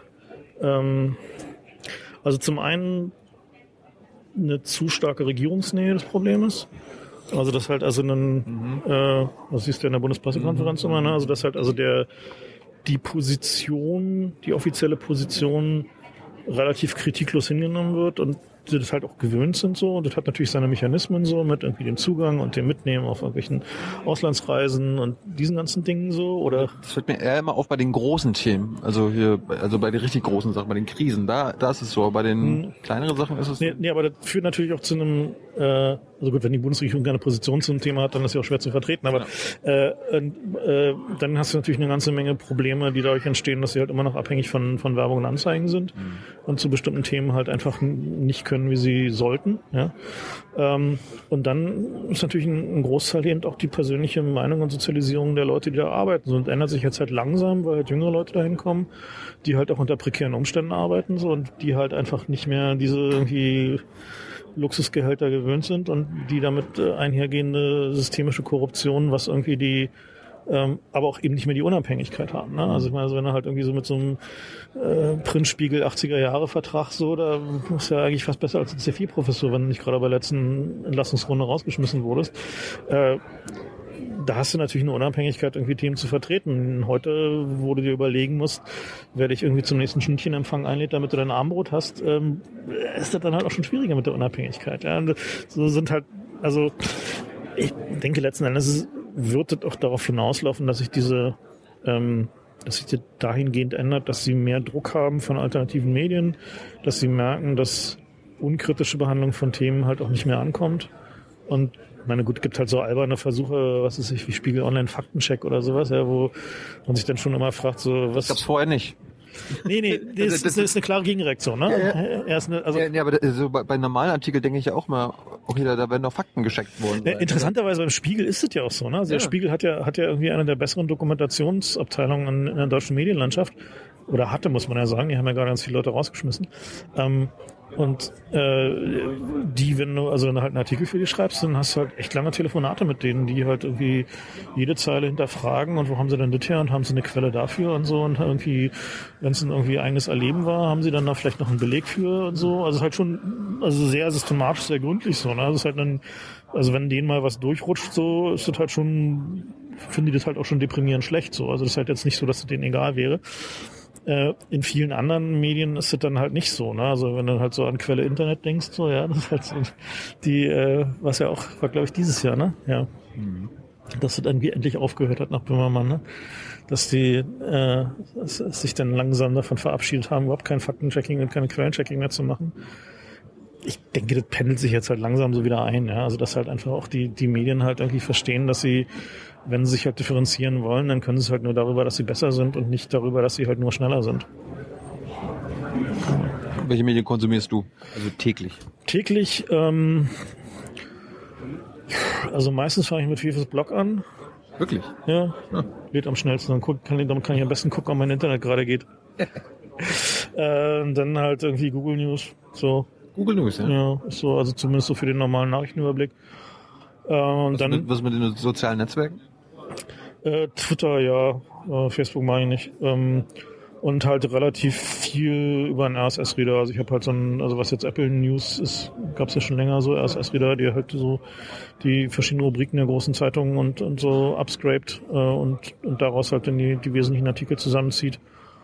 also zum einen eine zu starke Regierungsnähe das Problem ist. Also das halt das siehst du in der Bundespressekonferenz immer, ne? Also dass halt also die offizielle Position relativ kritiklos hingenommen wird und die das halt auch gewöhnt sind so. Und das hat natürlich seine Mechanismen so mit irgendwie dem Zugang und dem Mitnehmen auf irgendwelchen Auslandsreisen und diesen ganzen Dingen so. Oder das fällt mir eher immer auf bei den großen Themen. Also bei den richtig großen Sachen, bei den Krisen. Da ist es so. Bei den kleineren Sachen ist es. Nee, aber das führt natürlich auch zu einem, also gut, wenn die Bundesregierung keine Position zum Thema hat, dann ist sie auch schwer zu vertreten. Aber dann hast du natürlich eine ganze Menge Probleme, die dadurch entstehen, dass sie halt immer noch abhängig von Werbung und Anzeigen sind und zu bestimmten Themen halt einfach nicht können, wie sie sollten. Ja? Und dann ist natürlich ein Großteil eben auch die persönliche Meinung und Sozialisierung der Leute, die da arbeiten. So, und ändert sich jetzt halt langsam, weil halt jüngere Leute dahin kommen, die halt auch unter prekären Umständen arbeiten so, und die halt einfach nicht mehr diese irgendwie Luxusgehälter gewöhnt sind und die damit einhergehende systemische Korruption, was irgendwie aber auch eben nicht mehr die Unabhängigkeit haben. Ne? Also ich meine, wenn du halt irgendwie so mit so einem Printspiegel 80er-Jahre-Vertrag so, da ist ja eigentlich fast besser als ein C4-Professor, wenn du nicht gerade bei der letzten Entlassungsrunde rausgeschmissen wurdest. Da hast du natürlich eine Unabhängigkeit, irgendwie Themen zu vertreten. Heute, wo du dir überlegen musst, wer dich irgendwie zum nächsten Schnittchenempfang einlädt, damit du dein Armbrot hast, ist das dann halt auch schon schwieriger mit der Unabhängigkeit. Ja? Und so sind halt, also ich denke letzten Endes wird es auch darauf hinauslaufen, dass sich dass sich das dahingehend ändert, dass sie mehr Druck haben von alternativen Medien, dass sie merken, dass unkritische Behandlung von Themen halt auch nicht mehr ankommt. Und ich meine, gut, gibt halt so alberne Versuche, was weiß ich, wie Spiegel Online Faktencheck oder sowas, ja, wo man sich dann schon immer fragt, so was. Ich gab's vorher nicht. Nee, das ist eine klare Gegenreaktion, ne? Ja. Aber so bei normalen Artikeln denke ich ja auch mal, okay, da werden doch Fakten gescheckt worden. Interessanterweise beim Spiegel ist es ja auch so, ne? Also der Spiegel hat ja irgendwie eine der besseren Dokumentationsabteilungen in der deutschen Medienlandschaft. Oder hatte, muss man ja sagen, die haben ja gerade ganz viele Leute rausgeschmissen. Und wenn du halt einen Artikel für die schreibst, dann hast du halt echt lange Telefonate mit denen, die halt irgendwie jede Zeile hinterfragen und wo haben sie denn das her und haben sie eine Quelle dafür und so, und irgendwie, wenn es ein irgendwie eigenes Erleben war, haben sie dann da vielleicht noch einen Beleg für und so. Also halt schon, also sehr systematisch, sehr gründlich so, ne? Also ist halt also wenn denen mal was durchrutscht, so ist das halt schon, finde ich das halt auch schon deprimierend schlecht so. Also das ist halt jetzt nicht so, dass es denen egal wäre. In vielen anderen Medien ist es dann halt nicht so, ne? Also wenn du halt so an Quelle Internet denkst, so, ja, das ist halt so was ja auch, war glaube ich dieses Jahr, ne? Ja. Dass es irgendwie endlich aufgehört hat nach Böhmermann, ne? Dass die sich dann langsam davon verabschiedet haben, überhaupt kein Faktenchecking und keine Quellenchecking mehr zu machen. Ich denke, das pendelt sich jetzt halt langsam so wieder ein, ja. Also dass halt einfach auch die Medien halt irgendwie verstehen, dass sie, wenn sie sich halt differenzieren wollen, dann können sie es halt nur darüber, dass sie besser sind und nicht darüber, dass sie halt nur schneller sind. Welche Medien konsumierst du? Also täglich? Täglich, also meistens fange ich mit Fifes Blog an. Wirklich? Ja, lädt am schnellsten. Damit kann ich am besten gucken, ob mein Internet gerade geht. Dann halt irgendwie Google News, so. Google News, ja? Ja, ist so, also zumindest so für den normalen Nachrichtenüberblick. Was mit den sozialen Netzwerken? Twitter, ja, Facebook mache ich nicht. Und halt relativ viel über einen RSS-Reader. Also ich habe halt also was jetzt Apple News ist, gab es ja schon länger so RSS-Reader, die halt so die verschiedenen Rubriken der großen Zeitungen und so abscrapt und daraus halt dann die wesentlichen Artikel zusammenzieht.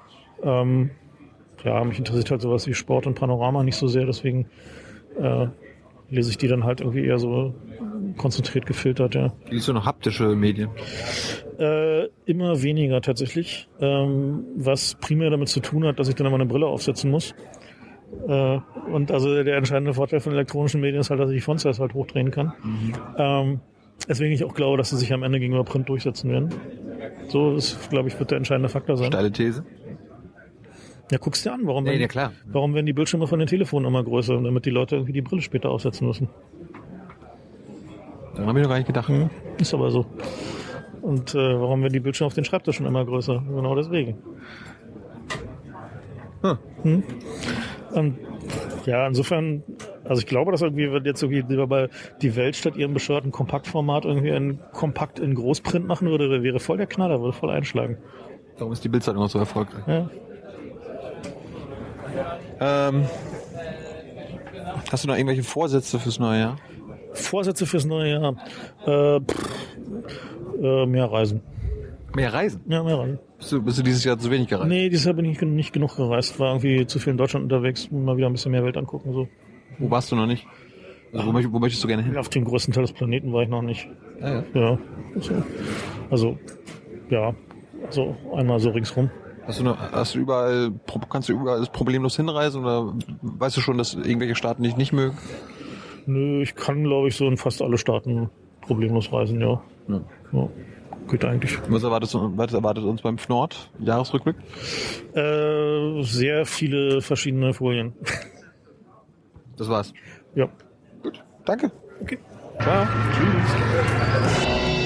Mich interessiert halt sowas wie Sport und Panorama nicht so sehr, deswegen lese ich die dann halt irgendwie eher so konzentriert gefiltert, ja. Liest du noch haptische Medien? Immer weniger tatsächlich, was primär damit zu tun hat, dass ich dann immer eine Brille aufsetzen muss. Und also der entscheidende Vorteil von elektronischen Medien ist halt, dass ich die Font-Size halt hochdrehen kann. Deswegen ich auch glaube, dass sie sich am Ende gegenüber Print durchsetzen werden. So, das, glaube ich, wird der entscheidende Faktor sein. Steile These? Ja, guck's dir an. Warum werden die Bildschirme von den Telefonen immer größer, damit die Leute irgendwie die Brille später aufsetzen müssen? Daran habe ich noch gar nicht gedacht. Ist aber so. Und warum werden die Bildschirme auf den Schreibtischen immer größer? Genau deswegen. Und ja, insofern, also ich glaube, dass irgendwie wird jetzt irgendwie bei die Welt statt ihrem bescheuerten Kompaktformat irgendwie ein Kompakt in Großprint machen würde, der wäre voll der Knaller, würde voll einschlagen. Warum ist die Bildzeitung noch so erfolgreich? Ja. Hast du noch irgendwelche Vorsätze fürs neue Jahr? Vorsätze fürs neue Jahr? Mehr Reisen. Mehr Reisen? Ja, mehr Reisen. Bist du dieses Jahr zu wenig gereist? Nee, dieses Jahr bin ich nicht genug gereist. War irgendwie zu viel in Deutschland unterwegs, mal wieder ein bisschen mehr Welt angucken. So. Wo warst du noch nicht? Also wo möchtest du gerne hin? Auf dem größten Teil des Planeten war ich noch nicht. Ja. Also einmal so ringsrum. Kannst du überall problemlos hinreisen oder weißt du schon, dass irgendwelche Staaten dich nicht mögen? Nö, ich kann, glaube ich, so in fast alle Staaten problemlos reisen, ja. Geht eigentlich. Was erwartet uns beim FNORD? Jahresrückblick? Sehr viele verschiedene Folien. Das war's. Ja. Gut. Danke. Okay. Ciao. Tschüss.